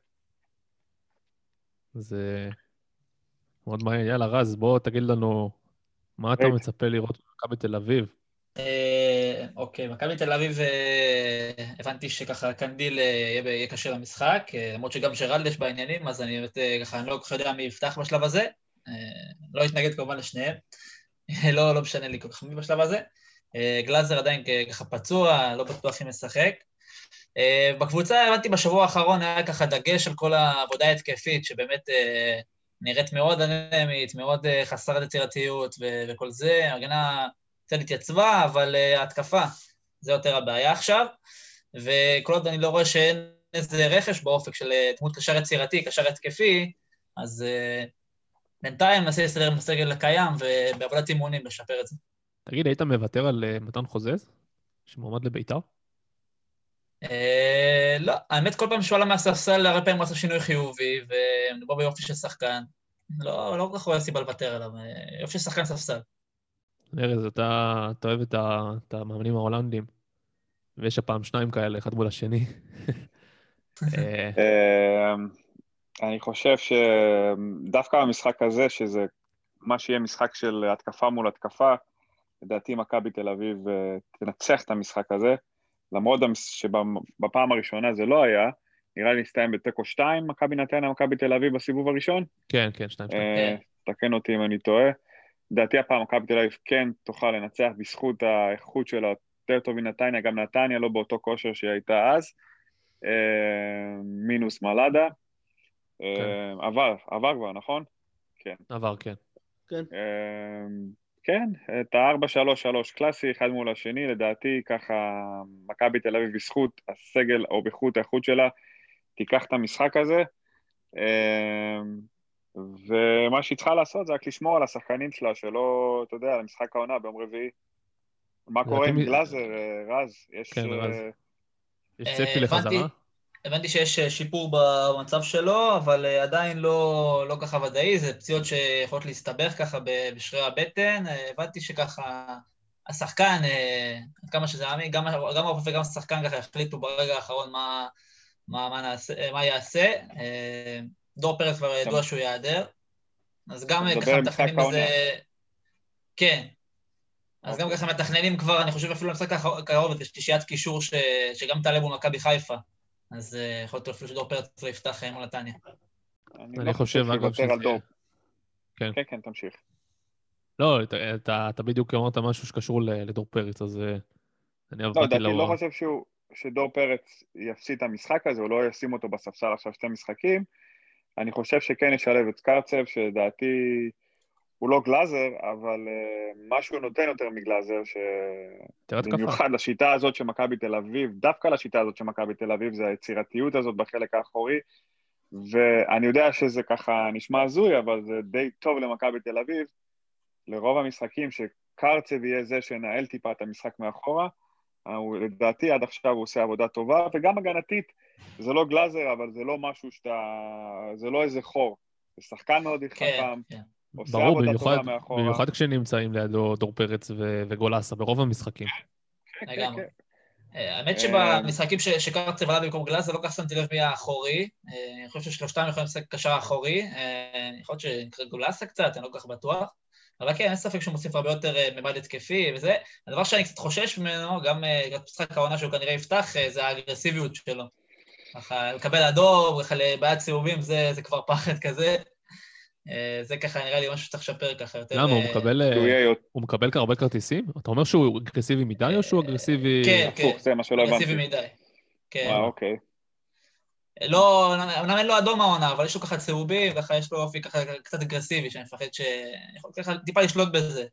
זה מאוד מעניין. יאללה, רז, בוא תגיד לנו מה אתה מצפה לראות במכבי תל אביב. אוקיי, מכבי תל אביב, הבנתי שככה קנדיל יהיה קשה למשחק, למרות שגם שרלדש בעניינים, אז אני באמת ככה, אני לא כל כך יודע מי יפתח בשלב הזה, לא יתנגד כמובן לשניהם, לא משנה לי כל כך מי בשלב הזה, גלאזר עדיין ככה פצוע, לא בטוח אם משחק. בקבוצה הבנתי בשבוע האחרון היה ככה דגש על כל העבודה ההתקפית, שבאמת נראית מאוד אנמית, מאוד חסרת יצירתיות וכל זה, ההגנה קצת התייצבה, אבל ההתקפה זה יותר הבעיה עכשיו, וכל עוד אני לא רואה שאין איזה רכש באופק של דמות קשר יצירתי, קשר התקפי, אז בינתיים ננסה להסתדר עם הסגל הקיים, ובעבודת אימונים לשפר את זה. תגיד, היית מוותר על מתן חוזז, שמועמד לביתר? לא, האמת כל פעם שהוא עלה מהספסל, הרבה פעמים הוא עשה שינוי חיובי, ומדובר ביופי של שחקן. לא כל כך רואה סיבה לוותר עליו, יופי של שחקן ספסל. ארז, אתה אוהב את המאמנים ההולנדים, ויש הפעם שניים כאלה, אחד מול השני. אני חושב שדווקא במשחק הזה, שזה מה שיהיה משחק של התקפה מול התקפה, לדעתי מכבי תל אביב תנצח את המשחק הזה, למרות שבפעם הראשונה זה לא היה, נראה לי הסתיים בתיקו 2, מכבי נתניה, מכבי תל אביב בסיבוב הראשון. כן, 2-2. תקן אותי אם אני טועה. לדעתי הפעם מכבי תל אביב כן תוכל לנצח בזכות האיכות שלה יותר טוב מנתניה, גם נתניה לא באותו כושר שהיא הייתה אז, מינוס מלאדה. עבר כבר, נכון? כן. עבר, כן. כן, את ה-4-3-3 קלאסי, אחד מול השני, לדעתי ככה מכבי תל אביב בזכות הסגל או באיכות האיכות שלה, תיקח את המשחק הזה, ומה שהיא צריכה לעשות זה רק לשמור על השחקנים שלה, שלא, אתה יודע, למשחק העונה ביום רביעי. מה קורה עם גלאזר, רז? כן, רז. יש צפי לחזרה? הבנתי שיש שיפור במצב שלו, אבל עדיין לא ככה ודאי, זה פציעות שיכולות להסתבך ככה בשריר הבטן, הבנתי שככה השחקן, עד כמה שזה אמי, גם הרופא וגם השחקן ככה החליטו ברגע האחרון מה יעשה, דור פרץ כבר ידוע שהוא יעדר, אז גם ככה מתכננים איזה... כן. אז גם ככה מתכננים כבר, אני חושב אפילו למשחק הקרוב, זה שלישיית קישור שגם תעלה מול מכבי חיפה. אז יכול להיות אפילו שדור פרץ לא יפתח מול נתניה. אני חושב אגב שזה... כן, תמשיך. לא, אתה בדיוק אמרת משהו שקשור לדור פרץ, אז אני לא, דעתי לא חושב שדור פרץ יפסיד את המשחק הזה, הוא לא ישים אותו בספסל עכשיו 2 משחקים. אני חושב שכן ישלב את קרצב, שדעתי הוא לא גלאזר, אבל משהו נותן יותר מגלאזר, במיוחד לשיטה הזאת של מכבי תל אביב, דווקא לשיטה הזאת של מכבי תל אביב, זה היצירתיות הזאת בחלק האחורי, ואני יודע שזה ככה נשמע הזוי, אבל זה די טוב למכבי תל אביב, לרוב המשחקים שקרצב יהיה זה שנהל טיפה את המשחק מאחורה, לדעתי עד עכשיו הוא עושה עבודה טובה, וגם הגנתית, זה לא גלאזר, אבל זה לא משהו זה לא איזה חור, זה שחקן מאוד חכם, ברור, במיוחד כשנמצאים לידו דור פרץ וגולסה, ברוב המשחקים. לגמרי. האמת שבמשחקים שקרצב עלה במקום גלאזר, לא כך שמתי לב מי האחורי, אני חושב ששלושתם יכולים לשחק קשר אחורי, יכול להיות שנקרא גולסה קצת, אני לא כל כך בטוח, אבל כן, אין ספק שהוא מוסיף הרבה יותר ממד התקפי וזה. הדבר שאני קצת חושש ממנו, גם במשחק העונה שהוא כנראה יפתח, זה האגרסיביות שלו. ככה, לקבל אדום, לבעיית סיבובים, זה כבר פחד כזה. זה ככה נראה לי משהו שצריך לשפר ככה יותר. למה? הוא מקבל הרבה כרטיסים? אתה אומר שהוא אגרסיבי מדי או שהוא אגרסיבי... כן, אגרסיבי מדי. אוקיי. לא, אמנם אין לו אדום העונה, אבל יש לו ככה צהובים, ככה יש לו אופי ככה קצת אגרסיבי, שאני מפחד שיכול ככה טיפה לשלוט בזה.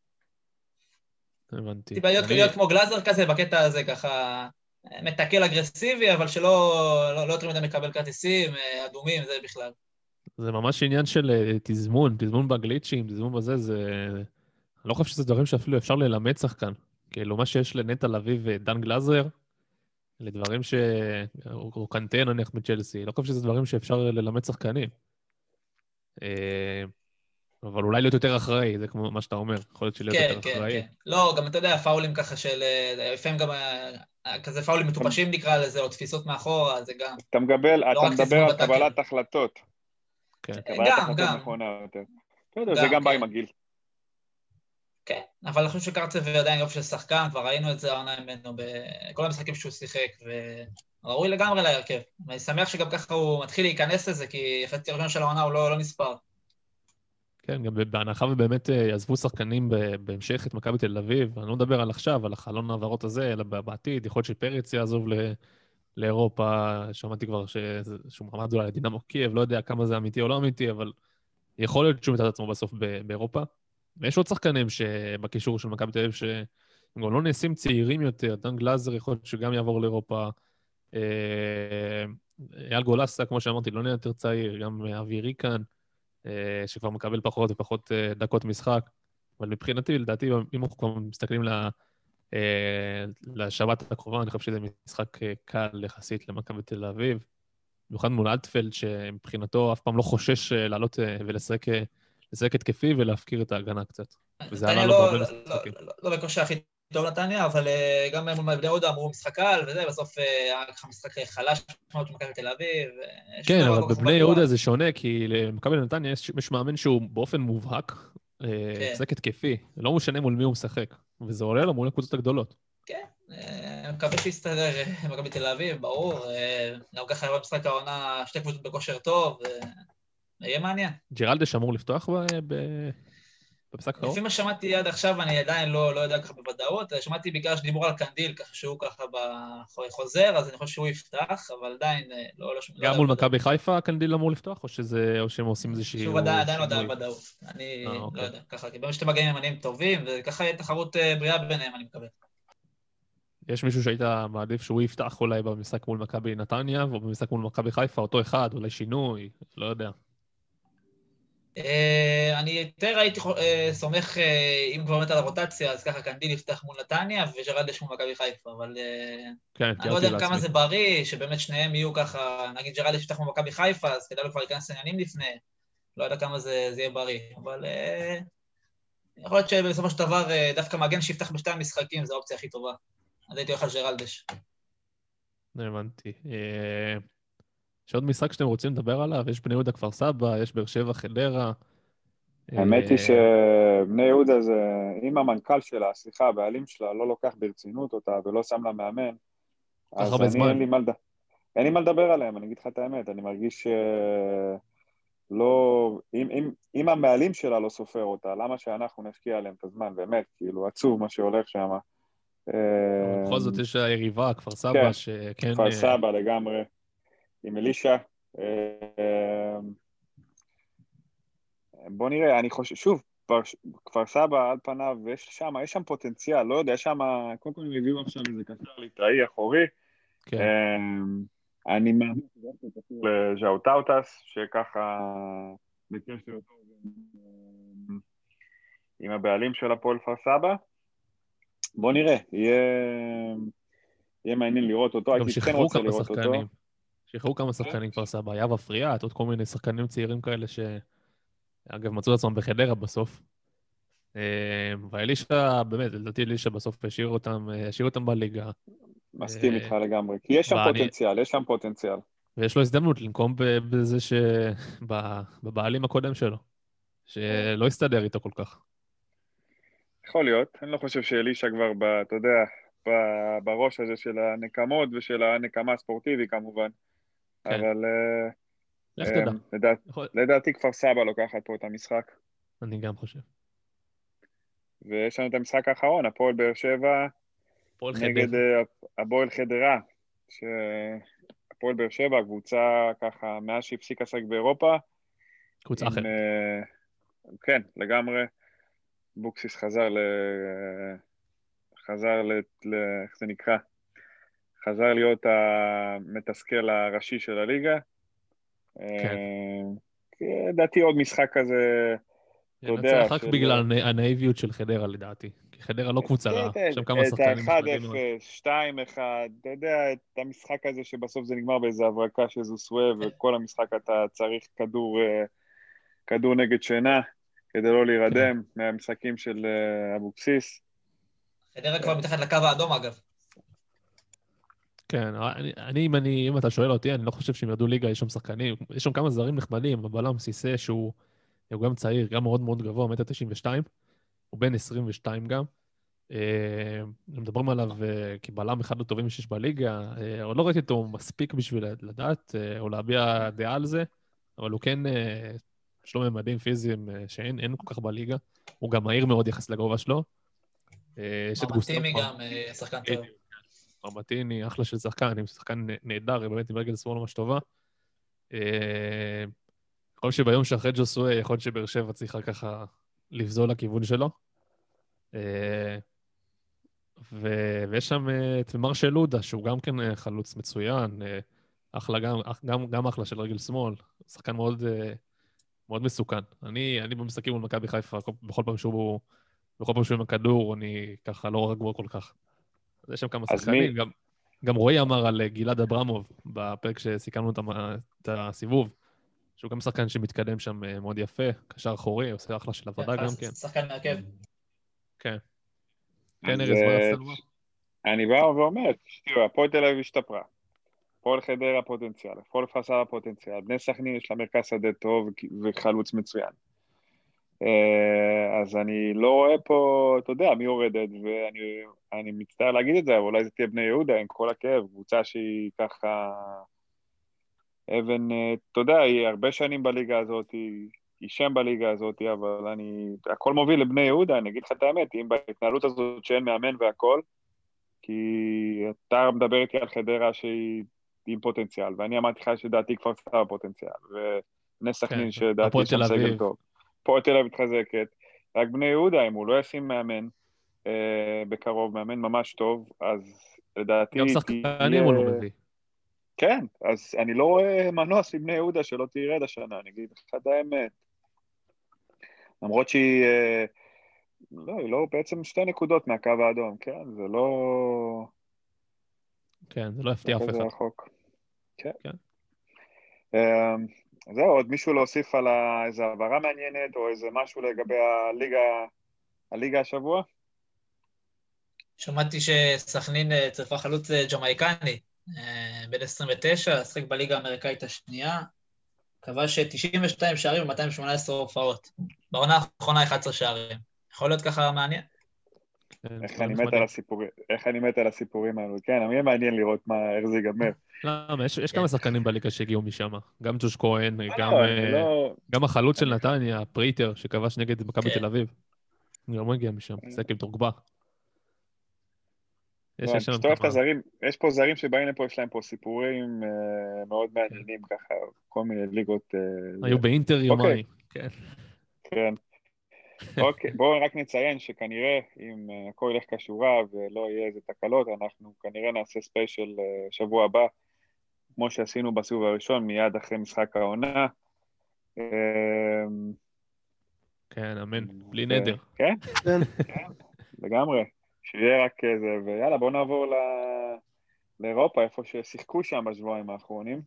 הבנתי. טיפה להיות כמו גלאזר כזה, בקטע הזה ככה מתקל אגרסיבי, אבל שלא יותר מדי מקבל כרטיסים, אדומים, זה בכלל. זה ממש עניין של תזמון בגליצ'ים, תזמון בזה, אני לא חושב שזה דברים שאפילו אפשר ללמד שחקן. כאילו, מה שיש לנטע לביא ודן גלאזר, לדברים הוא קנטן נניח מצ'לסי, לא חושב שזה דברים שאפשר ללמד שחקנים. אבל אולי להיות יותר אחראי, זה כמו מה שאתה אומר, יכול להיות להיות יותר אחראי. כן. לא, גם אתה יודע, פאולים ככה של, לפעמים גם כזה פאולים מטופשים נקרא לזה, או תפיסות מאחורה, זה גם... אתה מדבר על קבלת החלטות. גם. זה גם בא עם הגיל. כן, אבל אני חושב שקרצב עדיין יופי של שחקן, כבר ראינו את זה העונה ממנו בכל המשחקים שהוא שיחק, וראוי לגמרי להרכב. ואני שמח שגם ככה הוא מתחיל להיכנס לזה, כי החצי הראשון של העונה הוא לא נספר. כן, גם בהנחה ובאמת יעזבו שחקנים בהמשך את מכבי תל אביב, אני לא מדבר על עכשיו, על החלון העברות הזה, אלא בעתיד, יכול להיות שפרץ יעזוב לאירופה, שמעתי כבר שהוא מעמד אולי לדינמו קייב, לא יודע כמה זה אמיתי או לא אמיתי, אבל יכול להיות שהוא מתעד עצמו בסוף באירופה. ויש עוד שחקנים שבקישור של מכבי תל אביב שהם גם לא נעשים צעירים יותר, דן גלאזר יכול להיות שגם יעבור לאירופה, אייל גולסה, כמו שאמרתי, לא נהיה יותר צעיר, גם אבי ריקן, שכבר מקבל פחות ופחות דקות משחק, אבל מבחינתי, לדעתי, אם אנחנו כבר מסתכלים לשבת הקרובה, אני חושב שזה משחק קל יחסית למכבי תל אביב, במיוחד מול אלטפלד, שמבחינתו אף פעם לא חושש לעלות ולשחק התקפי ולהפקיר את ההגנה קצת. וזה עלה לו בהרבה משחקים. לא בכושר הכי טוב נתניה, אבל גם מול בני יהודה אמרו משחק קל, וזה, בסוף היה ככה משחק חלש, משמעות מכבי תל אביב. כן, אבל בבני יהודה זה שונה, כי למכבי נתניה יש מאמן שהוא באופן מובהק, משחק התקפי, לא משנה מול מי הוא משחק, וזה עולה לו מול הקבוצות הגדולות. כן, מקווה שיסתדר מכבי תל אביב, ברור, גם ככה היה במשחק העונה שתי קבוצות בכושר טוב, יהיה מעניין. ג'רלדש אמור לפתוח במשחק קרוב? לפי מה שמעתי עד עכשיו, אני עדיין לא יודע ככה בוודאות, שמעתי בעיקר שדיבור על קנדיל, ככה שהוא ככה בחוזר, אז אני חושב שהוא יפתח, אבל עדיין לא... גם מול מכבי חיפה קנדיל אמור לפתוח, או שהם עושים איזושהי... שוב, עדיין לא יודע על ודאות, אני לא יודע, ככה, כי באמת שאתם מגיעים ימנים טובים, וככה יהיה תחרות בריאה ביניהם, אני מקווה. יש מישהו שהיית מעדיף שהוא יפתח אולי במשחק מול מכבי נתניה, או במשחק מול מכבי חיפה, אותו אחד, אולי שינוי, לא יודע. אני יותר הייתי סומך, אם כבר באמת על הרוטציה, אז ככה קנדיל יפתח מול נתניה, וג'רלדש מול מכבי חיפה, אבל אני לא יודע כמה זה בריא, שבאמת שניהם יהיו ככה, נגיד ג'רלדש יפתח מול מכבי חיפה, אז כדאי לו כבר להיכנס לעניינים לפני, לא יודע כמה זה יהיה בריא, אבל יכול להיות שבסופו של דבר דווקא מגן שיפתח בשתי המשחקים, זו האופציה הכי טובה. אז הייתי הולך על ג'רלדש. הבנתי. יש עוד משחק שאתם רוצים לדבר עליו? יש בני יהודה כפר סבא, יש באר שבע חדרה. האמת היא שבני יהודה זה, אם המנכ"ל שלה, סליחה, הבעלים שלה לא לוקח ברצינות אותה ולא שם לה מאמן, אז אין לי מה לדבר עליהם, אני אגיד לך את האמת, אני מרגיש לא, אם המעלים שלה לא סופר אותה, למה שאנחנו נשקיע עליהם את הזמן, באמת, כאילו עצוב מה שהולך שם. בכל זאת יש היריבה, כפר סבא, שכן... כפר סבא לגמרי. עם אלישה, בוא נראה, אני חושב, שוב, כפר סבא על פניו, יש שם פוטנציאל, לא יודע, יש שם, קודם כל הם הביאו עכשיו איזה קשר ליטראי אחורי, אני מאמין שזה קשור לז'אוטאוטס, שככה בקשר אותו עם הבעלים של הפועל כפר סבא, בוא נראה, יהיה מעניין לראות אותו, הייתי כן רוצה לראות אותו. שחררו כמה שחקנים כבר סבא, היה ופריאט, עוד כל מיני שחקנים צעירים כאלה שאגב מצאו את עצמם בחדרה בסוף. והאלישה, באמת, לדעתי אלישה בסוף השאיר אותם בליגה. מסכים איתך לגמרי, כי יש שם פוטנציאל, ויש לו הזדמנות לנקום בזה בבעלים הקודם שלו, שלא יסתדר איתו כל כך. יכול להיות, אני לא חושב שאלישה כבר, אתה יודע, בראש הזה של הנקמות ושל הנקמה הספורטיבי כמובן. אבל לדעתי כפר סבא לוקחת פה את המשחק. אני גם חושב. ויש לנו את המשחק האחרון, הפועל באר שבע נגד הפועל חדרה. הפועל באר שבע, קבוצה ככה, מאז שהפסיק עסק באירופה. קבוצה אחרת. כן, לגמרי. בוקסיס חזר איך זה נקרא? חזר להיות המתסכל הראשי של הליגה. כן. לדעתי עוד משחק כזה, אתה יודע... נצח רק בגלל הנאיביות של חדרה לדעתי. כי חדרה לא קבוצה רעה. שם כמה שחקנים את ה-1-0, 2-1, אתה יודע, את המשחק הזה שבסוף זה נגמר באיזו הברקה שזו סווה, וכל המשחק אתה צריך כדור נגד שינה, כדי לא להירדם מהמשחקים של אבוקסיס. חדרה כבר מתחת לקו האדום אגב. כן, אם אתה שואל אותי, אני לא חושב שהם ירדו ליגה, יש שם שחקנים, יש שם כמה זרים נחמדים, הבלם סיסה שהוא גם צעיר, גם מאוד מאוד גבוה, 1.92 מטר, הוא בן 22 גם. מדברים עליו כבלם אחד הטובים שיש בליגה, עוד לא ראיתי אותו מספיק בשביל לדעת או להביע דעה על זה, אבל הוא כן, יש לו ממדים פיזיים שאין כל כך בליגה, הוא גם מהיר מאוד יחס לגובה שלו. מרמטיני גם שחקן טוב. מרמטיני, אחלה של שחקן, שחקן נהדר, באמת עם רגל שמאל ממש טובה. יכול שביום שאחרי ג'וסווה, יכול שבאר שבע צריכה ככה לבזול לכיוון שלו. ויש שם את מרשל לודה, שהוא גם כן חלוץ מצוין, אחלה, גם אחלה של רגל שמאל, שחקן מאוד מאוד מסוכן. אני במשחקים מול מכבי חיפה, בכל פעם שהוא עם הכדור, אני ככה לא רגוע כל כך. אז יש שם כמה אז שחקנים, גם רועי אמר על גלעד אברמוב, בפרק שסיכמנו את הסיבוב, שהוא גם שחקן שמתקדם שם מאוד יפה, קשר אחורי, עושה אחלה של עבודה גם כן. שחקן מעכב. כן. אז, כן, ארז, מה רצת לומר? אני בא ואומר, תראו, הפועל תל אביב השתפרה. הפועל חדרה פוטנציאל, הפועל כפר סבא פוטנציאל, בני סכנין יש לה מרכז שדה טוב וחלוץ מצוין. אז אני לא רואה פה, אתה יודע, מי יורדת, ואני מצטער להגיד את זה, אבל אולי זה תהיה בני יהודה עם כל הכאב, קבוצה שהיא ככה אבן, אתה יודע, היא הרבה שנים בליגה הזאת, היא שם בליגה הזאת, אבל הכל מוביל לבני יהודה, אני אגיד לך את האמת, אם בהתנהלות הזאת שאין מאמן והכל, כי אתה מדבר איתי על חדרה שהיא עם פוטנציאל, ואני אמרתי לך שדעתי כפר סבא פוטנציאל, ובני סכנין שדעתי שם סגל טוב. הפועל תל אביב מתחזקת, רק בני יהודה, אם הוא לא ישים מאמן בקרוב, מאמן ממש טוב, אז לדעתי... גם שחקנים הוא לא מביא. כן, אז אני לא רואה מנוס מבני יהודה שלא תירד השנה, אני אגיד לך את האמת. למרות שהיא... לא, היא לא בעצם 2 נקודות מהקו האדום, כן? זה לא... כן, זה לא הפתיע אף אחד. זה החוק. כן. כן. זהו, עוד מישהו להוסיף על איזו העברה מעניינת, או איזה משהו לגבי הליגה השבוע? שמעתי שסכנין צריפה חלוץ ג'מייקני, בן 29, שחק בליגה האמריקאית השנייה, כבש 92 שערים ו-218 הופעות. בעונה האחרונה 11 שערים. יכול להיות ככה מעניין? איך אני מת על הסיפורים האלו, כן, אבל יהיה מעניין לראות איך זה ייגמר. למה, יש כמה שחקנים בליגה שהגיעו משם, גם ג'וש כהן, גם החלוץ של נתניה, פריטר, שכבש נגד מכבי תל אביב. גם הוא הגיע משם, שחק עם דרוגבה. יש פה זרים שבאים לפה, יש להם פה סיפורים מאוד מעניינים ככה, כל מיני ליגות. היו באינטר יומיים. כן. אוקיי, בואו רק נציין שכנראה אם הכל ילך כשורה ולא יהיה איזה תקלות, אנחנו כנראה נעשה ספיישל שבוע הבא, כמו שעשינו בסיבוב הראשון, מיד אחרי משחק העונה. כן, אמן, בלי נדר. כן, לגמרי. שיהיה רק זה, ויאללה, בואו נעבור לאירופה, איפה ששיחקו שם בשבועיים האחרונים.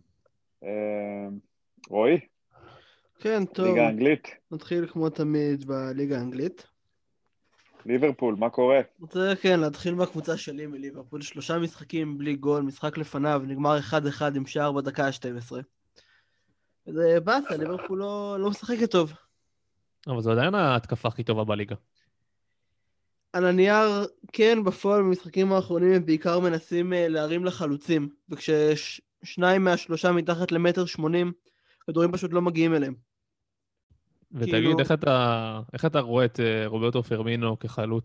רועי? כן, טוב. ליגה האנגלית. נתחיל כמו תמיד בליגה האנגלית. ליברפול, מה קורה? רוצה, כן, להתחיל בקבוצה שלי מליברפול. 3 משחקים בלי גול, משחק לפניו, נגמר 1-1 עם שער בדקה ה-12. וזה באסה, ליברפול לא משחקת טוב. אבל זו עדיין ההתקפה הכי טובה בליגה. על הנייר, כן, בפועל במשחקים האחרונים הם בעיקר מנסים להרים לחלוצים, וכששניים מה3 מתחת ל1.80 מטר, כדורים פשוט לא מגיעים אליהם. ותגיד, איך אתה רואה את רוברטו פרמינו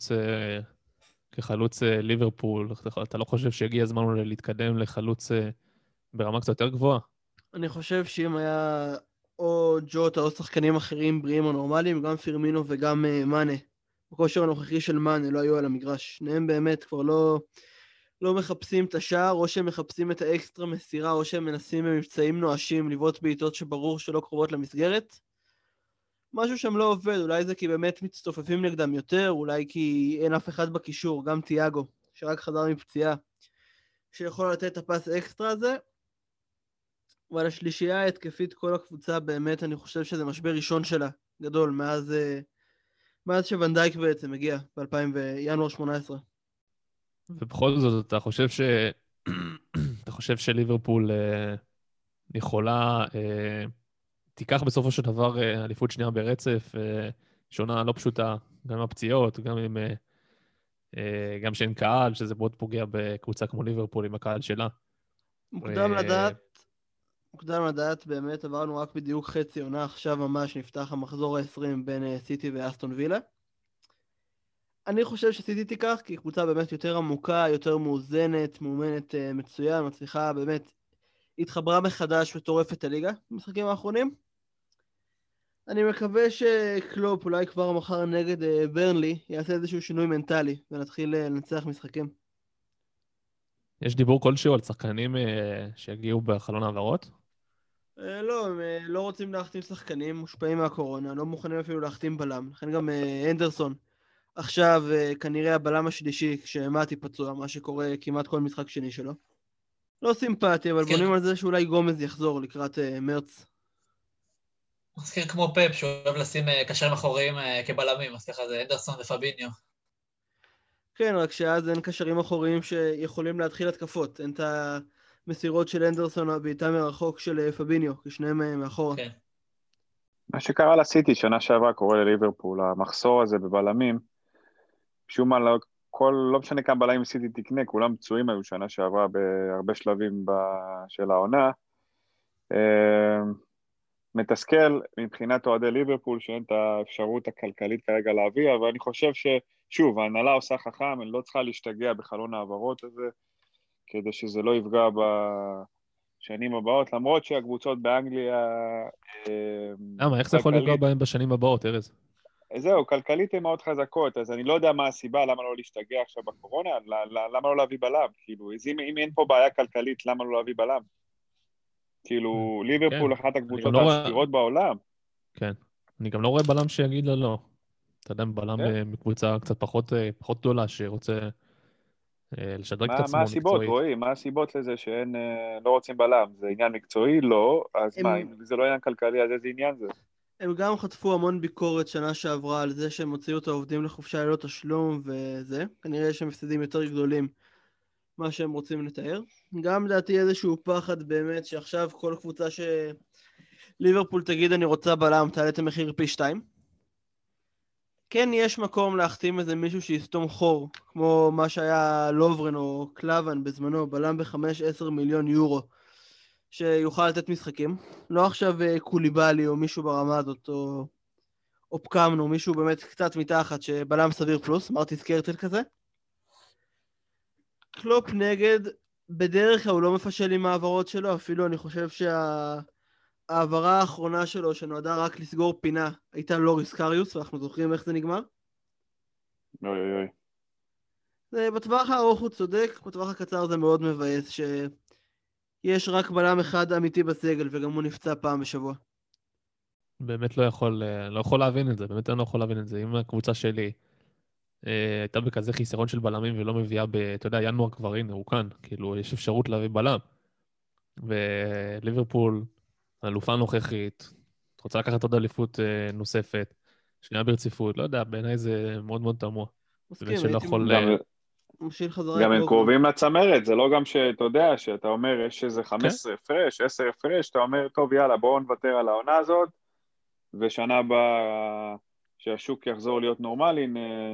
כחלוץ ליברפול? אתה לא חושב שהגיע הזמן להתקדם לחלוץ ברמה קצת יותר גבוהה? אני חושב שאם היה או ג'וטה או שחקנים אחרים בריאים או נורמליים, גם פרמינו וגם מאנה, בכושר הנוכחי של מאנה לא היו על המגרש. שניהם באמת כבר לא מחפשים את השער, או שהם מחפשים את האקסטרה מסירה, או שהם מנסים במבצעים נואשים לבעוט בעיטות שברור שלא קרובות למסגרת. משהו שם לא עובד, אולי זה כי באמת מצטופפים נגדם יותר, אולי כי אין אף אחד בקישור, גם תיאגו, שרק חזר מפציעה, שיכול לתת את הפס אקסטרה הזה. אבל השלישייה ההתקפית כל הקבוצה באמת, אני חושב שזה משבר ראשון שלה, גדול, מאז שוונדייק בעצם הגיע, בינואר 18. ובכל זאת, אתה חושב שליברפול יכולה, תיקח בסופו של דבר אליפות שנייה ברצף, שונה לא פשוטה, גם עם הפציעות, גם שאין קהל, שזה מאוד פוגע בקבוצה כמו ליברפול עם הקהל שלה. מוקדם לדעת, באמת עברנו רק בדיוק חצי עונה, עכשיו ממש נפתח המחזור ה-20 בין סיטי ואסטון וילה. אני חושב שסיטי תיקח, כי קבוצה באמת יותר עמוקה, יותר מאוזנת, מאומנת מצוין, מצליחה באמת, התחברה מחדש וטורפת הליגה במשחקים האחרונים. אני מקווה שקלופ אולי כבר מחר נגד ברנלי יעשה איזשהו שינוי מנטלי, ונתחיל לנצח משחקים. יש דיבור כלשהו על שחקנים שיגיעו בחלון העברות? לא, הם לא רוצים להחתים שחקנים, מושפעים מהקורונה, לא מוכנים אפילו להחתים בלם. לכן גם אנדרסון, עכשיו כנראה הבלם השלישי, כשמתי פצוע, מה שקורה כמעט כל משחק שני שלו. לא סימפטי, אבל בונים על זה שאולי גומז יחזור לקראת מרץ. מזכיר כמו פפ, שהוא אוהב לשים קשרים אחוריים כבלמים, אז ככה זה אנדרסון ופביניו. כן, רק שאז אין קשרים אחוריים שיכולים להתחיל התקפות. אין את המסירות של אנדרסון הבעיטה מרחוק של פביניו, כשניהם מאחורה. כן. מה שקרה לסיטי שנה שעברה קורה לליברפול, המחסור הזה בבלמים, משום מה לא משנה כמה בלמים סיטי תקנה, כולם פצועים היו שנה שעברה בהרבה שלבים של העונה. מתסכל מבחינת אוהדי ליברפול שאין את האפשרות הכלכלית כרגע להביא, אבל אני חושב ששוב, ההנהלה עושה חכם, אני לא צריכה להשתגע בחלון העברות הזה, כדי שזה לא יפגע בשנים הבאות, למרות שהקבוצות באנגליה... למה, איך זה יכול לפגוע בהם בשנים הבאות, ארז? זהו, כלכלית הן מאוד חזקות, אז אני לא יודע מה הסיבה, למה לא להשתגע עכשיו בקורונה, למה לא להביא בלם, כאילו, אם אין פה בעיה כלכלית, למה לא להביא בלם? כאילו, ליברפול אחת הקבוצות העשירות בעולם. כן, אני גם לא רואה בלם שיגיד לו לא. אתה יודע, בלם מקבוצה קצת פחות גדולה, שרוצה לשדרג את עצמו מקצועית. מה הסיבות, רועי? מה הסיבות לזה שאין, לא רוצים בלם? זה עניין מקצועי? לא. אז מה, אם זה לא עניין כלכלי, אז איזה עניין זה? הם גם חטפו המון ביקורת שנה שעברה על זה שהם הוציאו את העובדים לחופשה ללא תשלום וזה. כנראה שהם הפסדים יותר גדולים מה שהם רוצים לתאר. גם לדעתי איזשהו פחד באמת שעכשיו כל קבוצה שליברפול תגיד אני רוצה בלם, תעלה את המחיר פי 2. כן יש מקום להחתים איזה מישהו שיסתום חור, כמו מה שהיה לוברן או קלאבן בזמנו, בלם ב5-10 מיליון יורו, שיוכל לתת משחקים. לא עכשיו קוליבאלי או מישהו ברמה הזאת, או פקמנו, מישהו באמת קצת מתחת, שבלם סביר פלוס, מרטי סקרטל כזה. קלופ נגד, בדרך כלל הוא לא מפשל עם העברות שלו, אפילו אני חושב העברה האחרונה שלו, שנועדה רק לסגור פינה, הייתה לוריס קריוס, ואנחנו זוכרים איך זה נגמר. אוי אוי אוי. זה בטווח הארוך הוא צודק, בטווח הקצר זה מאוד מבאס, שיש רק בלם אחד אמיתי בסגל, וגם הוא נפצע פעם בשבוע. באמת לא יכול להבין את זה, באמת אני לא יכול להבין את זה. אם הקבוצה שלי הייתה בכזה חיסרון של בלמים ולא מביאה אתה יודע, ינואר כבר, הנה, הוא כאן, כאילו, יש אפשרות להביא בלם. וליברפול, אלופה נוכחית, רוצה לקחת עוד אליפות נוספת, שנייה ברציפות, לא יודע, בעיניי זה מאוד מאוד תמוה. מסכים, גם הם קרובים לצמרת, זה לא גם שאתה יודע, שאתה אומר, יש איזה 15 הפרש, 10 הפרש, אתה אומר, טוב, יאללה, בואו נוותר על העונה הזאת, ושנה הבאה שהשוק יחזור להיות נורמלי,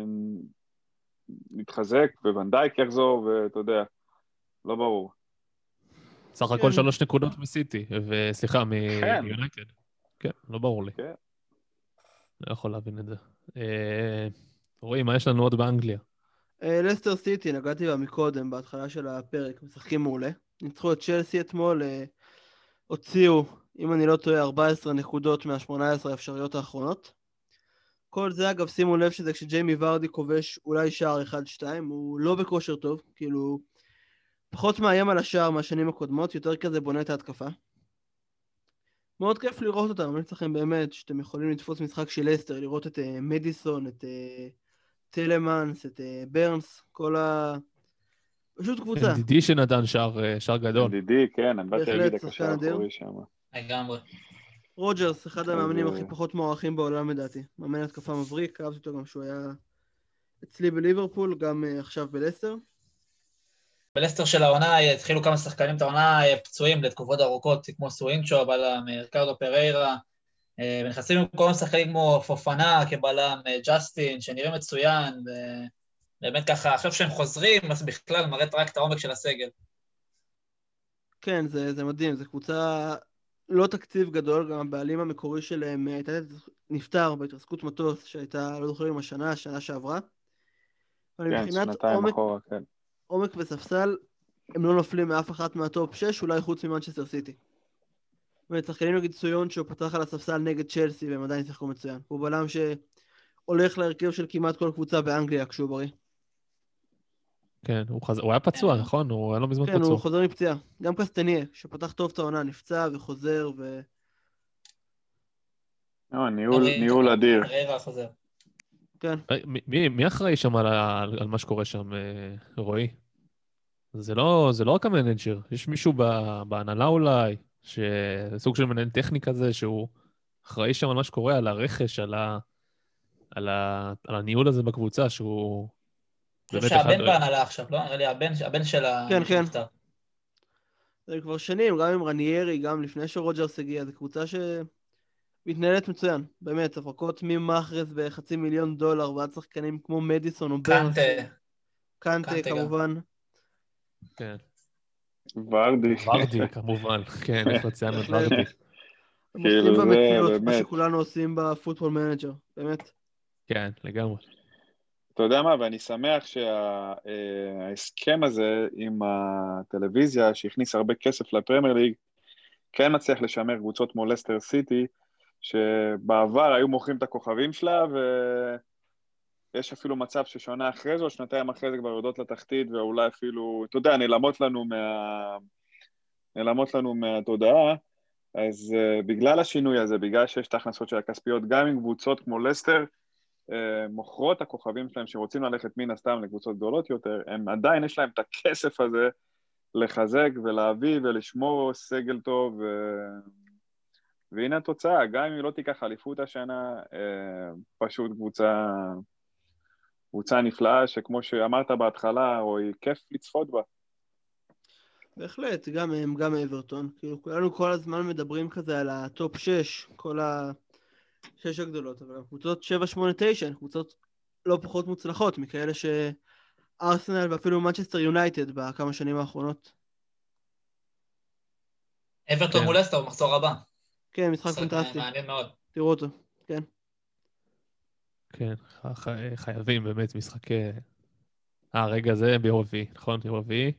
נתחזק, וונדייק יחזור, ואתה יודע, לא ברור. סך הכל 3 נקודות מסיטי, וסליחה, מיונייטד. כן, לא ברור לי. כן. לא יכול להבין את זה. רואים, מה יש לנו עוד באנגליה? לסטר סיטי, נגעתי בה מקודם, בהתחלה של הפרק, משחקים מעולה. ניצחו את צ'לסי אתמול, הוציאו, אם אני לא טועה, 14 נקודות מה-18 האפשריות האחרונות. כל זה, אגב, שימו לב שזה כשג'יימי ורדי כובש אולי שער 1-2, הוא לא בכושר טוב, כאילו, פחות מאיים על השער מהשנים הקודמות, יותר כזה בונה את ההתקפה. מאוד כיף לראות אותם, אני צריכים באמת שאתם יכולים לתפוס משחק של לסטר, לראות את מדיסון, את טלמנס, את ברנס, פשוט קבוצה. NDD שנתן שער גדול. NDD, כן, אני באתי להגיד הקשר האחורי שם. לגמרי. רוג'רס, אחד המאמנים הכי פחות מוערכים בעולם לדעתי. מאמן התקפה מבריק, אהבתי אותו גם שהוא היה אצלי בליברפול, גם עכשיו בלסטר. בלסטר של העונה התחילו כמה שחקנים את העונה פצועים לתקופות ארוכות, כמו סווינצ'ו, הבלם, ריקרדו פריירה, ונכנסים עם כל מיני שחקנים כמו פופנה כבלם, ג'סטין, שנראים מצוין, ובאמת ככה, עכשיו שהם חוזרים, אז בכלל מראה רק את העומק של הסגל. כן, זה מדהים, זו קבוצה לא תקציב גדול, גם הבעלים המקורי שלהם נפטר בהתרסקות מטוס, שהייתה, לא זוכרים, שנה שעברה. כן, שנתיים אחורה, כן. עומק וספסל, הם לא נופלים מאף אחת מהטופ 6, אולי חוץ ממנצ'סטר סיטי. וצחקנים נגיד סויון שהוא פתח על הספסל נגד צ'לסי, והם עדיין שיחקו מצוין. הוא בלם שהולך להרכב של כמעט כל קבוצה באנגליה כשהוא בריא. כן, הוא היה פצוע, נכון? הוא היה לא מזמן כן, הוא פצוע. חוזר מפציעה. גם קסטניה, שפתח טוב את העונה, נפצע וחוזר, ניהול אדיר. ריירה חוזר. כן. מי אחראי שם על מה שקורה שם, רועי? זה לא רק המנג'ר, יש מישהו בהנהלה אולי, שסוג של מנהל טכני כזה, שהוא אחראי שם על מה שקורה, על הרכש, על הניהול הזה בקבוצה, שהוא אני חושב שהבן בהנהלה עכשיו, לא? נראה לי הבן של כן, כן. שנפטר. זה כבר שנים, גם עם רניירי, גם לפני שרוג'רס הגיע, זו קבוצה שמתנהלת מצוין, באמת, הפרקות ממאחרס ב$500,000, ועד שחקנים כמו מדיסון או ברנס. קנטה כמובן. כן. ורדי, כמובן, כן, איך לא ציינו את ורדי. הם עושים במציאות, מה שכולנו עושים בפוטבול מנג'ר, באמת. כן, לגמרי. אתה יודע מה, ואני שמח שההסכם הזה עם הטלוויזיה, שהכניס הרבה כסף לפרמייר ליג, כן מצליח לשמר קבוצות כמו לסטר סיטי, שבעבר היו מוכרים את הכוכבים שלה, ויש אפילו מצב ששונה אחרי זה, או שנתיים אחרי זה כבר יורדות לתחתית, ואולי אפילו, אתה יודע, נעלמות לנו מהתודעה, אז בגלל השינוי הזה, בגלל שיש את ההכנסות של הכספיות, גם עם קבוצות כמו לסטר, מוכרות הכוכבים שלהם שרוצים ללכת מן הסתם לקבוצות גדולות יותר, הם עדיין יש להם את הכסף הזה לחזק ולהביא ולשמור סגל טוב, והנה התוצאה, גם אם היא לא תיקח אליפות השנה, פשוט קבוצה נפלאה, שכמו שאמרת בהתחלה, או היא כיף לצפות בה. בהחלט, גם הם, גם אברטון, כאילו כולנו כל הזמן מדברים כזה על הטופ 6, כל השש הגדולות, אבל הקבוצות 7, 8, 9, הן קבוצות לא פחות מוצלחות, מכאלה שארסנל ואפילו מנצ'סטר יונייטד בכמה שנים האחרונות. אברטון מול לסטר במחזור הבא. כן, משחק פנטסטי. מעניין מאוד. תראו אותו, כן. כן, חייבים באמת משחק... רגע, זה ביום רביעי, נכון? ביום רביעי.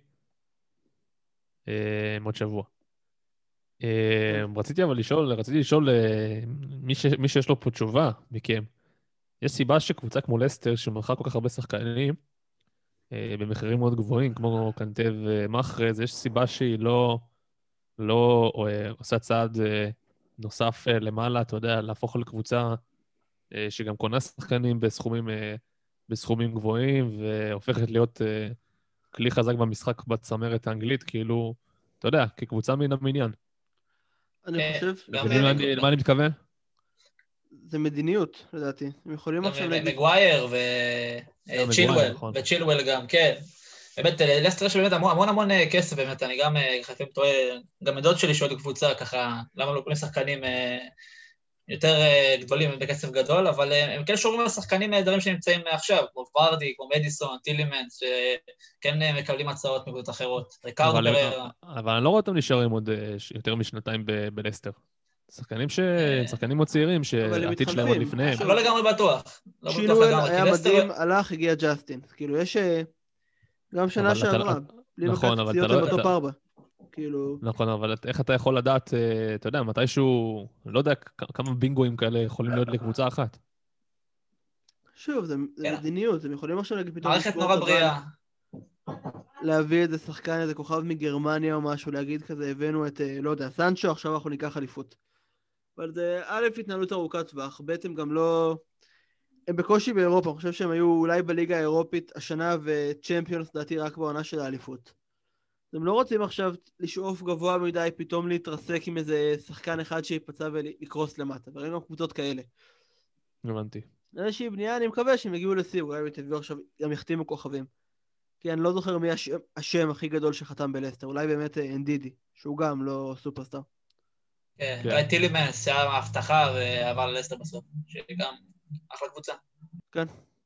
עוד שבוע. רציתי לשאול מי שיש לו פה תשובה מכם. יש סיבה שקבוצה כמו לסטר, שמרחה כל כך הרבה שחקנים, במחירים מאוד גבוהים, כמו קנטה ומאחרז, יש סיבה שהיא לא עושה צעד נוסף למעלה, אתה יודע, להפוך לקבוצה שגם קונה שחקנים בסכומים גבוהים, והופכת להיות כלי חזק במשחק בצמרת האנגלית, כאילו, אתה יודע, כקבוצה מן המניין. אני חושב... למה אני מתכוון? זה מדיניות, לדעתי. הם יכולים עכשיו להגיד... מגווייר וצ'ילואל גם, כן. באמת, לסטר יש באמת המון כסף, באמת, אני גם חייבים טועה, גם מדוד שלי שואל קבוצה, ככה, למה לא קונים שחקנים יותר גדולים בכסף גדול, אבל הם כן שורים על שחקנים נהדרים שנמצאים עכשיו, כמו ורדי, כמו מדיסון, טילימנס, שכן מקבלים הצעות מקבוצות אחרות. ריקרדו פררה. אבל אני לא רואה אותם נשארים עוד יותר משנתיים בלסטר. שחקנים מאוד צעירים, שהעתיד שלהם עוד לפניהם. לא לגמרי בטוח. צ'ילואל היה מדהים, הלך, הגיע ג'סטין. כאילו, יש גם שנה שעברה, בלי מכת פציעות הם בטופ 4. נכון, אבל איך אתה יכול לדעת, אתה יודע, מתישהו, לא יודע כמה בינגואים כאלה יכולים להיות לקבוצה אחת. שוב, זה מדיניות, הם יכולים עכשיו להגיד פתאום... מערכת נורא בריאה. להביא איזה שחקן, איזה כוכב מגרמניה או משהו, להגיד כזה, הבאנו את, לא יודע, סנצ'ו, עכשיו אנחנו ניקח אליפות. אבל זה א', התנהלות ארוכת טווח, ב', הם גם לא... הם בקושי באירופה, אני חושב שהם היו אולי בליגה האירופית השנה וצ'מפיונס, דעתי רק בעונה של האליפות. הם לא רוצים עכשיו לשאוף גבוה מדי, פתאום להתרסק עם איזה שחקן אחד שיפצע ולקרוס למטה, וראינו גם קבוצות כאלה. הבנתי. איזושהי בנייה, אני מקווה שהם יגיעו לסיר, אולי הם תביאו עכשיו, גם יחתימו כוכבים. כי אני לא זוכר מי השם הכי גדול שחתם בלסטר, אולי באמת אנדידי, שהוא גם לא סופרסטאר. כן, אולי טילימנס שהיה מההבטחה ועבר ללסטר בסוף, שגם אחלה קבוצה. כן.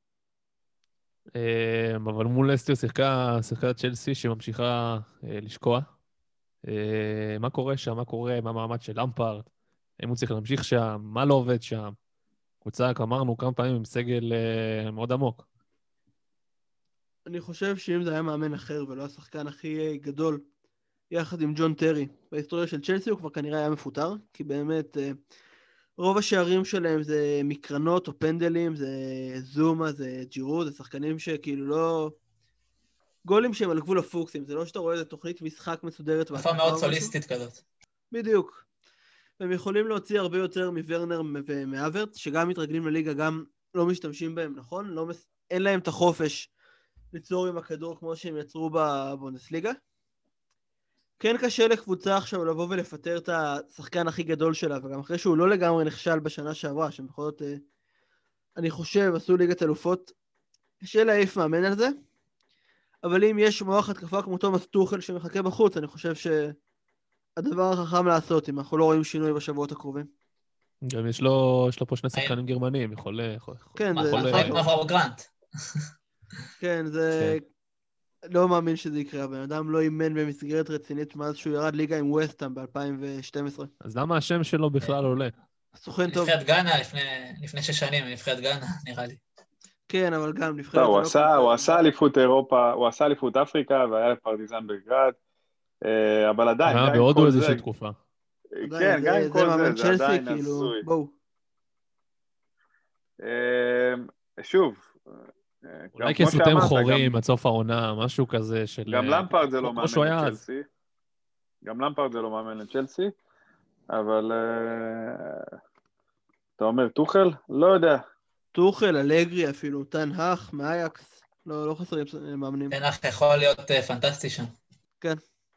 אבל מול לסטר שיחקה צ'לסי שממשיכה לשקוע. מה קורה שם? מה קורה? מה המעמד של למפארד? האם הוא צריך להמשיך שם? מה לא עובד שם? קבוצה, אמרנו כמה פעמים, עם סגל מאוד עמוק. אני חושב שאם זה היה מאמן אחר ולא השחקן הכי גדול, יחד עם ג'ון טרי, בהיסטוריה של צ'לסי הוא כבר כנראה היה מפוטר, כי באמת רוב השערים שלהם זה מקרנות או פנדלים, זה זומה, זה ג'ירו, זה שחקנים שכאילו לא... גולים שהם על גבול הפוקסים, זה לא שאתה רואה איזה תוכנית משחק מסודרת. תקופה מאוד סוליסטית כזאת. בדיוק. הם יכולים להוציא הרבה יותר מוורנר ומאברט, שגם מתרגלים לליגה, גם לא משתמשים בהם, נכון? אין להם את החופש ליצור עם הכדור כמו שהם יצרו בבונדסליגה. כן קשה לקבוצה עכשיו לבוא ולפטר את השחקן הכי גדול שלה, וגם אחרי שהוא לא לגמרי נכשל בשנה שעברה, שהם בכל זאת, אני חושב, עשו ליגת אלופות, קשה להעיף מאמן על זה, אבל אם יש מוח התקפה כמו תומאס טוחל שמחכה בחוץ, אני חושב שהדבר החכם לעשות, אם אנחנו לא רואים שינוי בשבועות הקרובים. גם יש לו פה שני שחקנים גרמנים, יכול... כן, זה... מאחור גרנט. כן, זה... לא מאמין שזה יקרה, הבן אדם לא אימן במסגרת רצינית מאז שהוא ירד ליגה עם ווסטהאם ב-2012. אז למה השם שלו בכלל עולה? סוכן טוב. נבחרת גאנה לפני 6 שנים, נבחרת גאנה, נראה לי. כן, אבל גם נבחרת... הוא עשה אליפות אירופה, הוא עשה אליפות אפריקה, והיה לפרטיזן בלגרד, אבל עדיין, היה בהודו איזושהי תקופה. כן, גם עם כל זה עדיין עשוי. בואו. שוב, אולי כסותם חורים עד סוף העונה, משהו כזה של... גם למפרד זה לא מאמן לצ'לסי. גם למפרד זה לא מאמן לצ'לסי, אבל אתה אומר טוחל? לא יודע. טוחל, אלגרי אפילו, טן האך, מאייקס, לא חסרים מאמנים. טן האך יכול להיות פנטסטי שם. כן.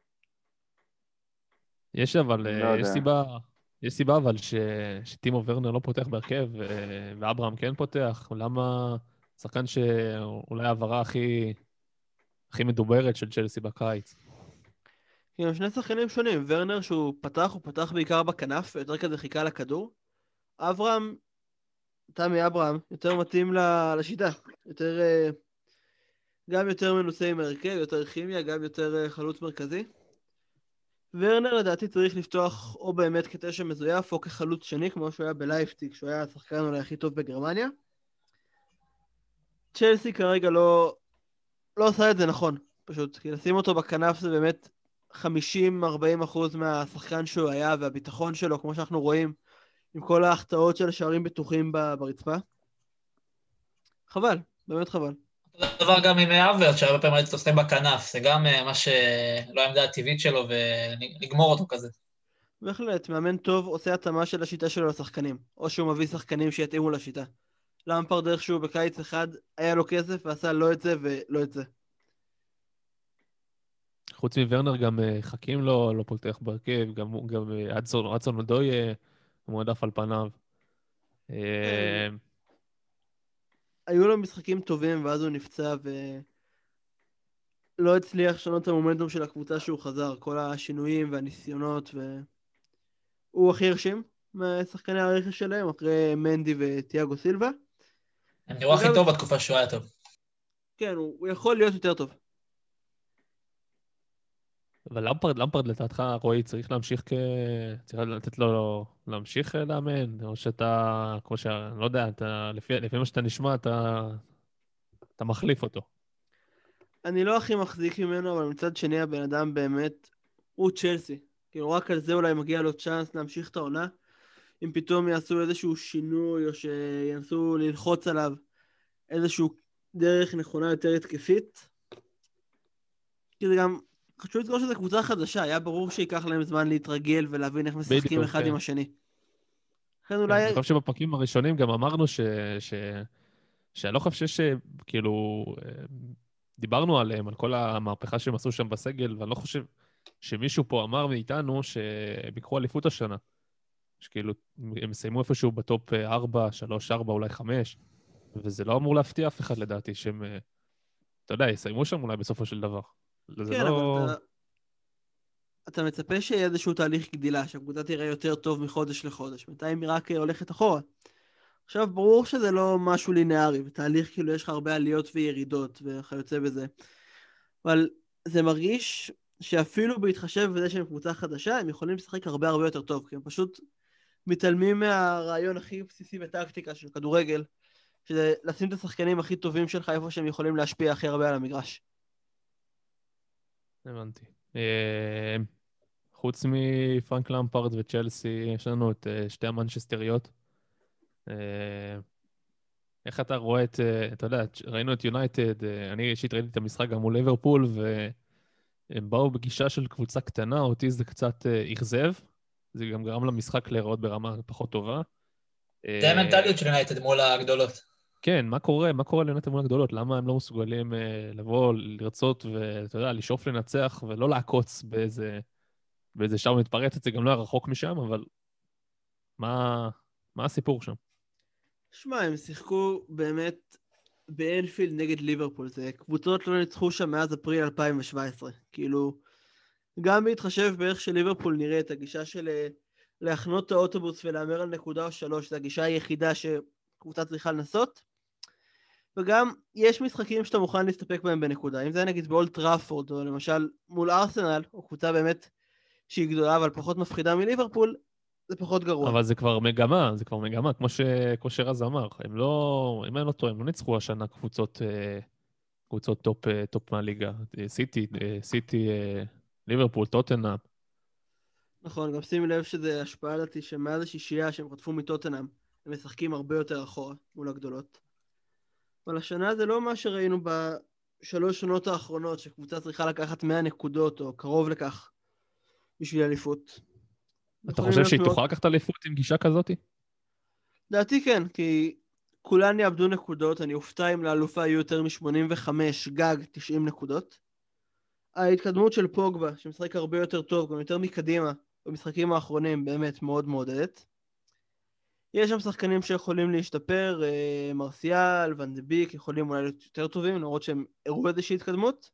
יש אבל, יש סיבה אבל שטימו ורנר לא פותח בהרכב, ואברהם כן פותח, למה שחקן שאולי העברה הכי מדוברת של צ'לסי בקיץ? כי הם שני שחקנים שונים, ורנר שהוא פתח, הוא פתח בעיקר בכנף, ויותר כזה חיכה לכדור. אברהם, תמי אברהם, יותר מתאים לשיטה, גם יותר מנוסה עם הרכב, יותר כימיה, גם יותר חלוץ מרכזי. ורנר לדעתי צריך לפתוח או באמת כתשע מזויף או כחלוץ שני, כמו שהוא היה בלייפציג, שהוא היה השחקן אולי הכי טוב בגרמניה. צ'לסי כרגע לא עושה את זה נכון, פשוט, כי לשים אותו בכנף זה באמת 50-40% מהשחקן שהוא היה, והביטחון שלו, כמו שאנחנו רואים, עם כל ההחטאות של השערים בטוחים ברצפה. חבל, באמת חבל. אותו דבר גם עם אברט, שהרבה פעמים ראיתי אותו בכנף, זה גם מה שלא העמדה הטבעית שלו, ולגמור אותו כזה. בהחלט, מאמן טוב עושה התאמה של השיטה שלו לשחקנים, או שהוא מביא שחקנים שיתאימו לשיטה. למפרד איכשהו בקיץ אחד היה לו כסף ועשה לא את זה ולא את זה. חוץ מוורנר גם חכים לא פותח בהרכב, גם אדסון אודוי מועדף על פניו. היו לו משחקים טובים ואז הוא נפצע ולא הצליח לשנות את המומנטום של הקבוצה שהוא חזר, כל השינויים והניסיונות, והוא הכי הרשים משחקני הרכש שלהם אחרי מנדי וטיאגו סילבה. הם נראו הכי טוב בתקופה שהוא היה טוב. כן, הוא יכול להיות יותר טוב. אבל למפרד לדעתך, רועי, צריך צריך לתת לו להמשיך לאמן, או שאתה, כמו שאני לא יודע, לפי מה שאתה נשמע, אתה מחליף אותו. אני לא הכי מחזיק ממנו, אבל מצד שני הבן אדם באמת, הוא צ'לסי. כאילו רק על זה אולי מגיע לו צ'אנס להמשיך את העונה, אם פתאום יעשו איזשהו שינוי, או שינסו ללחוץ עליו איזשהו דרך נכונה יותר התקפית. כי זה גם... חשוב לזכור שזו קבוצה חדשה, היה ברור שיקח להם זמן להתרגל ולהבין איך משחקים אחד עם השני. לכן אולי... אני חושב שבפרקים הראשונים גם אמרנו שאני לא חושב שכאילו דיברנו עליהם, על כל המהפכה שהם עשו שם בסגל, ואני לא חושב שמישהו פה אמר מאיתנו שהם יקחו אליפות השנה. שכאילו הם סיימו איפשהו בטופ 4, 3, 4, אולי 5, וזה לא אמור להפתיע אף אחד לדעתי שהם, אתה יודע, יסיימו שם אולי בסופו של דבר. כן, אבל אתה מצפה שיהיה איזשהו תהליך גדילה, שהקבוצה תראה יותר טוב מחודש לחודש, בינתיים היא רק הולכת אחורה. עכשיו, ברור שזה לא משהו לינארי, בתהליך כאילו יש לך הרבה עליות וירידות וכיוצא בזה, אבל זה מרגיש שאפילו בהתחשב בזה שהם קבוצה חדשה, הם יכולים לשחק הרבה הרבה יותר טוב, כי הם פשוט מתעלמים מהרעיון הכי בסיסי בטקטיקה של כדורגל, שזה לשים את השחקנים הכי טובים שלך איפה שהם יכולים להשפיע הכי הרבה על המגרש. הבנתי. חוץ מפרנק למפרד וצ'לסי, יש לנו את שתי המנצ'סטריות. איך אתה רואה את, אתה יודע, ראינו את יונייטד, אני אישית ראיתי את המשחק גם מול ליברפול, והם באו בגישה של קבוצה קטנה, אותי זה קצת אכזב, זה גם גרם למשחק להיראות ברמה פחות טובה. זה המנטליות של יונייטד מול הגדולות. כן, מה קורה ליונייטד מול הגדולות? למה הם לא מסוגלים לבוא, לרצות ואתה יודע, לשאוף לנצח ולא לעקוץ באיזה שער מתפרצת, זה גם לא היה רחוק משם, אבל מה הסיפור שם? שמע, הם שיחקו באמת באנפילד נגד ליברפול, זה קבוצות לא ניצחו שם מאז אפריל 2017, כאילו, גם בהתחשב באיך שליברפול נראית, הגישה של להחנות את האוטובוס ולאמר על נקודה או 3, זה הגישה היחידה שקבוצה צריכה לנסות, וגם יש משחקים שאתה מוכן להסתפק בהם בנקודה, אם זה נגיד באולד טראפורד, או למשל מול ארסנל, או קבוצה באמת שהיא גדולה אבל פחות מפחידה מליברפול, זה פחות גרוע. אבל זה כבר מגמה, כמו שרז אמר. הם לא, אם אני לא טועה, הם לא ניצחו השנה קבוצות טופ מהליגה. סיטי, ליברפול, טוטנהאם. נכון, גם שימי לב שזה השפעה לדעתי שמאז השישייה שהם חטפו מטוטנהאם, הם משחקים הרבה יותר אחורה מול הגדולות. אבל השנה זה לא מה שראינו בשלוש שנות האחרונות, שקבוצה צריכה לקחת 100 נקודות או קרוב לכך בשביל אליפות. אתה חושב שהיא תוכל לקחת אליפות עם גישה כזאת? דעתי כן, כי כולן יאבדו נקודות, אני אופתע אם לאלופה יהיו יותר מ-85 גג 90 נקודות. ההתקדמות של פוגבה, שמשחק הרבה יותר טוב, גם יותר מקדימה, במשחקים האחרונים באמת מאוד מעודדת. יש שם שחקנים שיכולים להשתפר, מרסיאל, ון דה ביק, יכולים אולי להיות יותר טובים, למרות שהם הראו איזושהי התקדמות.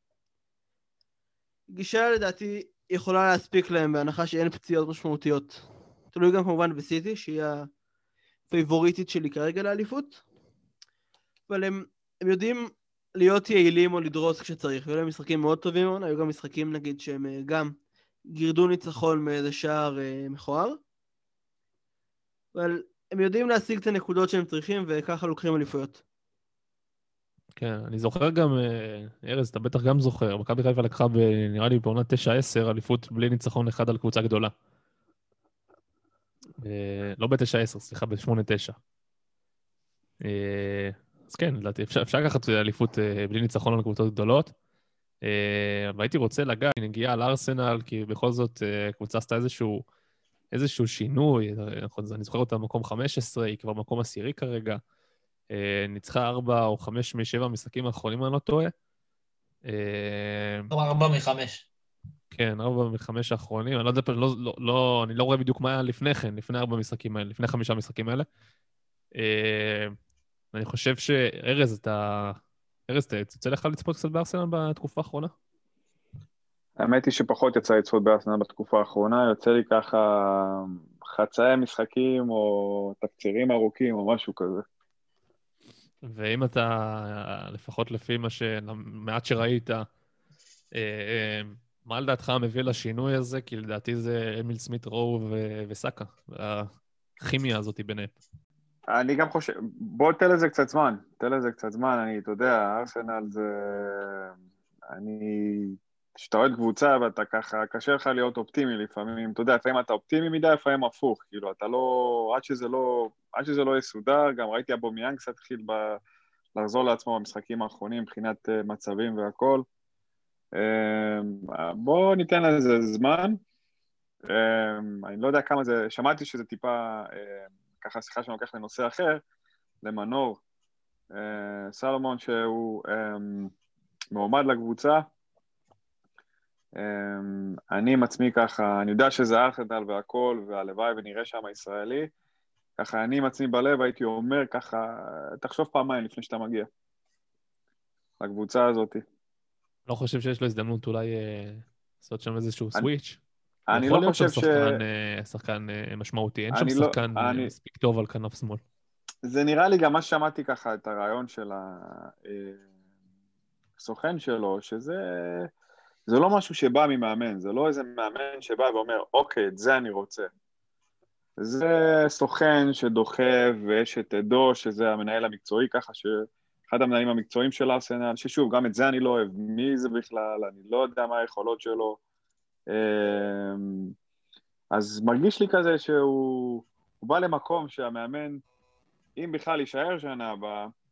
גישה לדעתי יכולה להספיק להם בהנחה שאין פציעות משמעותיות. תלוי גם כמובן בסיטי, שהיא הפייבוריטית שלי כרגע לאליפות. אבל הם יודעים להיות יעילים או לדרוס כשצריך, והיו להם משחקים מאוד טובים, היו גם משחקים נגיד שהם גם גירדו ניצחון מאיזה שער מכוער. אבל הם יודעים להשיג את הנקודות שהם צריכים, וככה לוקחים אליפויות. כן, אני זוכר גם, ארז, אתה בטח גם זוכר, מכבי חיפה לקחה נראה לי בעונה 9-10, אליפות בלי ניצחון אחד על קבוצה גדולה. לא ב-9-10, סליחה, ב-8-9. אז כן, לדעתי, אפשר לקחת אליפות בלי ניצחון על קבוצות גדולות. והייתי רוצה לגעת, נגיעה על ארסנל, כי בכל זאת קבוצה עשתה איזשהו שינוי, אני זוכר אותה במקום 15, היא כבר מקום 10 כרגע, ניצחה 4 או 5 מ-7 המשחקים האחרונים, אני לא טועה. 4 מ-5. כן, 4 מ-5 האחרונים, אני לא יודע, אני לא רואה בדיוק מה היה לפני כן, לפני 4 משחקים האלה, לפני 5 המשחקים האלה. אני חושב שארז, תצא לך לצפות קצת בארסנל בתקופה האחרונה? האמת היא שפחות יצא לצפות בארסנל בתקופה האחרונה, יוצא לי ככה חצאי משחקים או תקצירים ארוכים או משהו כזה. ואם אתה, לפחות לפי מעט שראית, מה לדעתך מביא לשינוי הזה? כי לדעתי זה אמיל סמית רו וסאקה, הכימיה הזאת ביניהם. אני גם חושב, בוא תן לזה קצת זמן, אתה יודע, ארסנל זה, כשאתה אוהד קבוצה ואתה ככה, קשה לך להיות אופטימי לפעמים, אתה יודע, לפעמים אתה אופטימי מדי, לפעמים הפוך, כאילו, אתה לא, עד שזה לא יסודר, גם ראיתי אבומיאנג קצת התחיל לחזור לעצמו במשחקים האחרונים, מבחינת מצבים והכל. בוא ניתן לזה זמן, אני לא יודע כמה זה, שמעתי שזה טיפה, ככה שיחה שאני לוקח לנושא אחר, למנור סלומון, שהוא מועמד לקבוצה, אני עם עצמי ככה, אני יודע שזה ארסנל והכל, והלוואי ונראה שם הישראלי, ככה אני עם עצמי בלב הייתי אומר ככה, תחשוב פעמיים לפני שאתה מגיע לקבוצה הזאת. לא חושב שיש לו הזדמנות אולי לעשות שם איזשהו סוויץ'? אני לא חושב שחקן משמעותי, אין שם שחקן מספיק טוב על כנף שמאל. זה נראה לי גם מה ששמעתי ככה את הרעיון של הסוכן שלו, שזה לא משהו שבא ממאמן, זה לא איזה מאמן שבא ואומר, אוקיי, את זה אני רוצה. זה סוכן שדוחף ויש את עדו, שזה המנהל המקצועי ככה, אחד המנהלים המקצועיים של ארסנל, ששוב, גם את זה אני לא אוהב, מי זה בכלל, אני לא יודע מה היכולות שלו, אז מרגיש לי כזה שהוא בא למקום שהמאמן, אם בכלל יישאר שנה הבאה,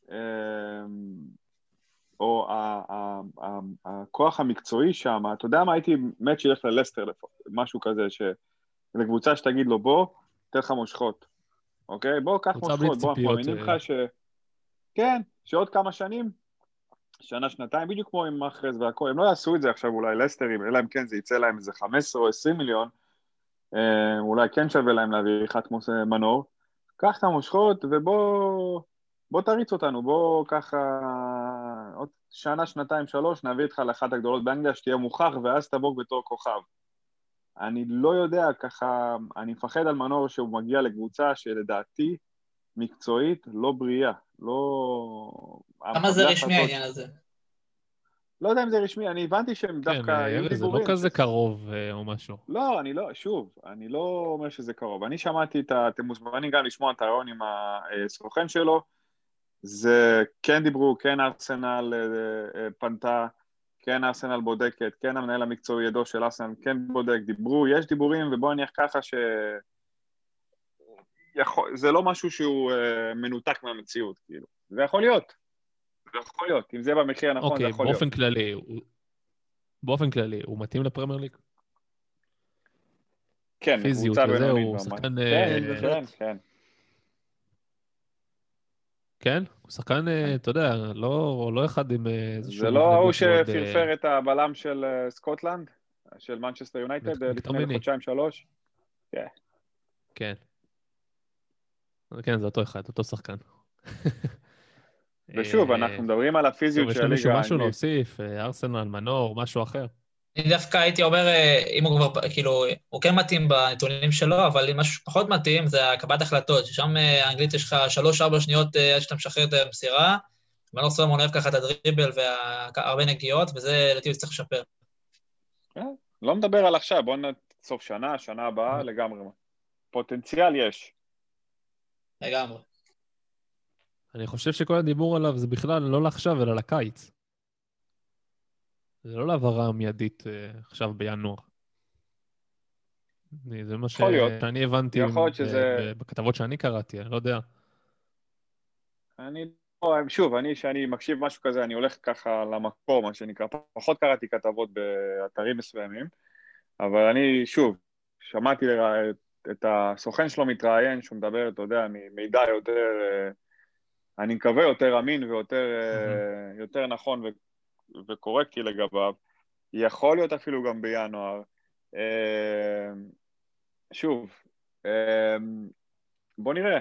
או הכוח המקצועי שם, אתה יודע מה, הייתי מת שילך ללסטר, משהו כזה, לקבוצה שתגיד לו, בוא, תן לך מושכות, אוקיי? בוא, קח מושכות, בוא, אנחנו מאמינים לך כן, שעוד כמה שנים, שנה, שנתיים, בדיוק כמו עם מחרז והכל, הם לא יעשו את זה עכשיו אולי לסטרים, אלא אם כן זה יצא להם איזה 15 או 20 מיליון, אולי כן שווה להם להביא אחד כמו מנור, קח את המושכות ובוא תריץ אותנו, בוא ככה עוד שנה, שנתיים, שלוש, נביא איתך לאחת הגדולות באנגליה, שתהיה מוכח ואז תבוא בתור כוכב. אני לא יודע, ככה, אני מפחד על מנור שהוא מגיע לקבוצה שלדעתי מקצועית לא בריאה, לא... כמה זה רשמי העניין הזה? לא יודע אם זה רשמי, אני הבנתי שהם דווקא היו דיבורים. זה לא כזה קרוב או משהו. לא, אני לא אומר שזה קרוב. אני שמעתי אתם מוזמנים גם לשמוע את הרעיון עם הסוכן שלו, זה כן דיברו, כן ארסנל פנתה, כן ארסנל בודקת, כן המנהל המקצועי ידו של ארסנל, כן בודק, דיברו, יש דיבורים, ובואו נניח ככה זה לא משהו שהוא מנותק מהמציאות, כאילו. זה יכול להיות, אם זה במחיר הנכון, זה יכול להיות. באופן כללי, הוא מתאים לפרמייר ליג? כן, פיזיות וזה, הוא שחקן... כן. כן? הוא שחקן, אתה יודע, לא אחד עם איזשהו... זה לא הוא שפרפר את הבלם של סקוטלנד, של מנצ'סטר יונייטד, לפני חודשיים 3? כן. כן. כן, זה אותו אחד, אותו שחקן. ושוב, אנחנו מדברים על הפיזיות של הליגה. יש לנו משהו להוסיף, ארסנל, מנור, משהו אחר. אני דווקא הייתי אומר, אם הוא כבר, כאילו, הוא כן מתאים בנתונים שלו, אבל אם משהו פחות מתאים, זה הקבלת החלטות, ששם האנגלית יש לך 3-4 שניות עד שאתה משחרר את המסירה, מנור סולומון אוהב ככה את הדריבל והרבה נגיעות, וזה לדעתי הוא צריך לשפר. לא מדבר על עכשיו, בואו נצוף שנה הבאה לגמרי. פוטנציאל יש. לגמרי. אני חושב שכל הדיבור עליו זה בכלל לא לעכשיו, אלא לקיץ. זה לא לעברה מיידית עכשיו בינואר. זה מה שאני הבנתי בכתבות שאני קראתי, אני לא יודע. כשאני מקשיב משהו כזה, אני הולך ככה למקום, מה שנקרא, פחות קראתי כתבות באתרים מסוימים, אבל אני, שמעתי את הסוכן שלו מתראיין, שהוא מדבר, אתה יודע, מידע יותר, אני מקווה יותר אמין ויותר נכון וקורקטי לגביו, יכול להיות אפילו גם בינואר. בוא נראה,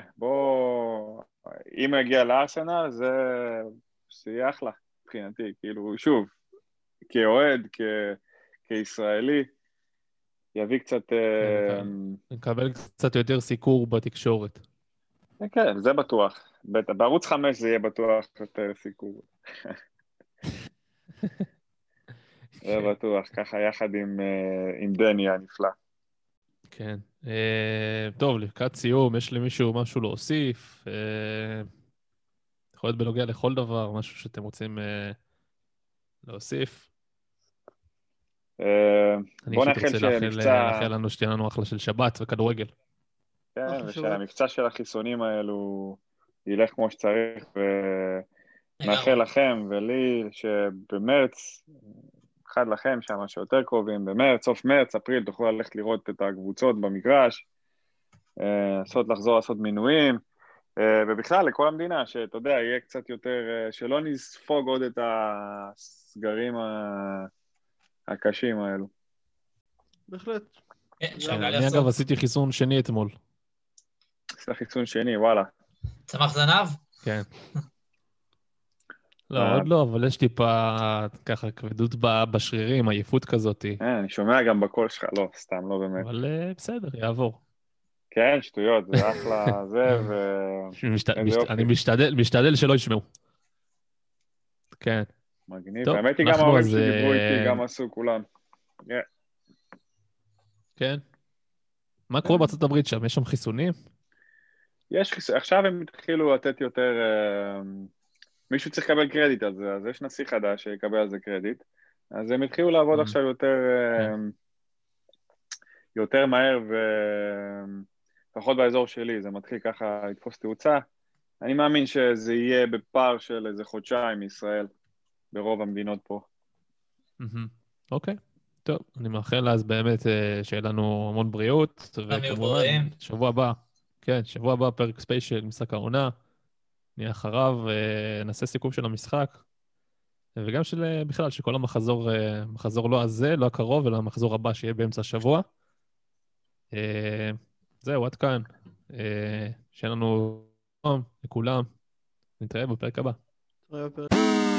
אם יגיע לארסנל, זה יהיה אחלה, מבחינתי, כאילו, כאוהד, כישראלי, יביא קצת... נקבל קצת יותר סיקור בתקשורת. כן, זה בטוח. בערוץ 5 זה יהיה בטוח יותר סיקור. זה בטוח, ככה יחד עם דני הנפלא. כן. טוב, לקראת סיום, יש למישהו משהו להוסיף? יכול להיות בנוגע לכל דבר, משהו שאתם רוצים להוסיף? בוא נאחל שמבצע... אני לאחל לנו שתהיה לנו אחלה של שבת וכדורגל. כן, ושהמבצע של החיסונים האלו ילך כמו שצריך, ונאחל לכם ולי שבמרץ, אחד לכם שם שיותר קרובים, במרץ, סוף מרץ, אפריל, תוכלו ללכת לראות את הקבוצות במגרש, לחזור לעשות מינויים, ובכלל לכל המדינה, שאתה יודע, יהיה קצת יותר, שלא נספוג עוד את הסגרים הקשים האלו. בהחלט. אני אגב עשיתי חיסון שני אתמול. עשיתי חיסון שני, וואלה. צמח זנב? כן. לא, עוד לא, אבל יש טיפה ככה כבדות בשרירים, עייפות כזאת. אני שומע גם בקול שלך, לא, סתם, לא באמת. אבל בסדר, יעבור. כן, שטויות, זה אחלה, זה אני משתדל שלא ישמעו. כן. מגניב, האמת היא גם ההורים שדיברו איתי, גם עשו כולם. כן. מה קורה בארצות הברית שם? יש שם חיסונים? עכשיו הם התחילו לתת יותר... מישהו צריך לקבל קרדיט על זה, אז יש נשיא חדש שיקבל על זה קרדיט, אז הם התחילו לעבוד עכשיו יותר מהר, ופחות באזור שלי, זה מתחיל ככה לתפוס תאוצה, אני מאמין שזה יהיה בפער של איזה חודשיים מישראל, ברוב המדינות פה. אוקיי, טוב, אני מאחל אז באמת שיהיה לנו המון בריאות, וכמובן, שבוע הבא, כן, שבוע הבא פרק ספיישל, משחק העונה, נהיה אחריו, נעשה סיכום של המשחק, וגם בכלל, שכל המחזור לא הזה, לא הקרוב, אלא המחזור הבא שיהיה באמצע השבוע. זהו, עד כאן. שיהיה לנו לכולם, נתראה בפרק הבא. נתראה בפרק.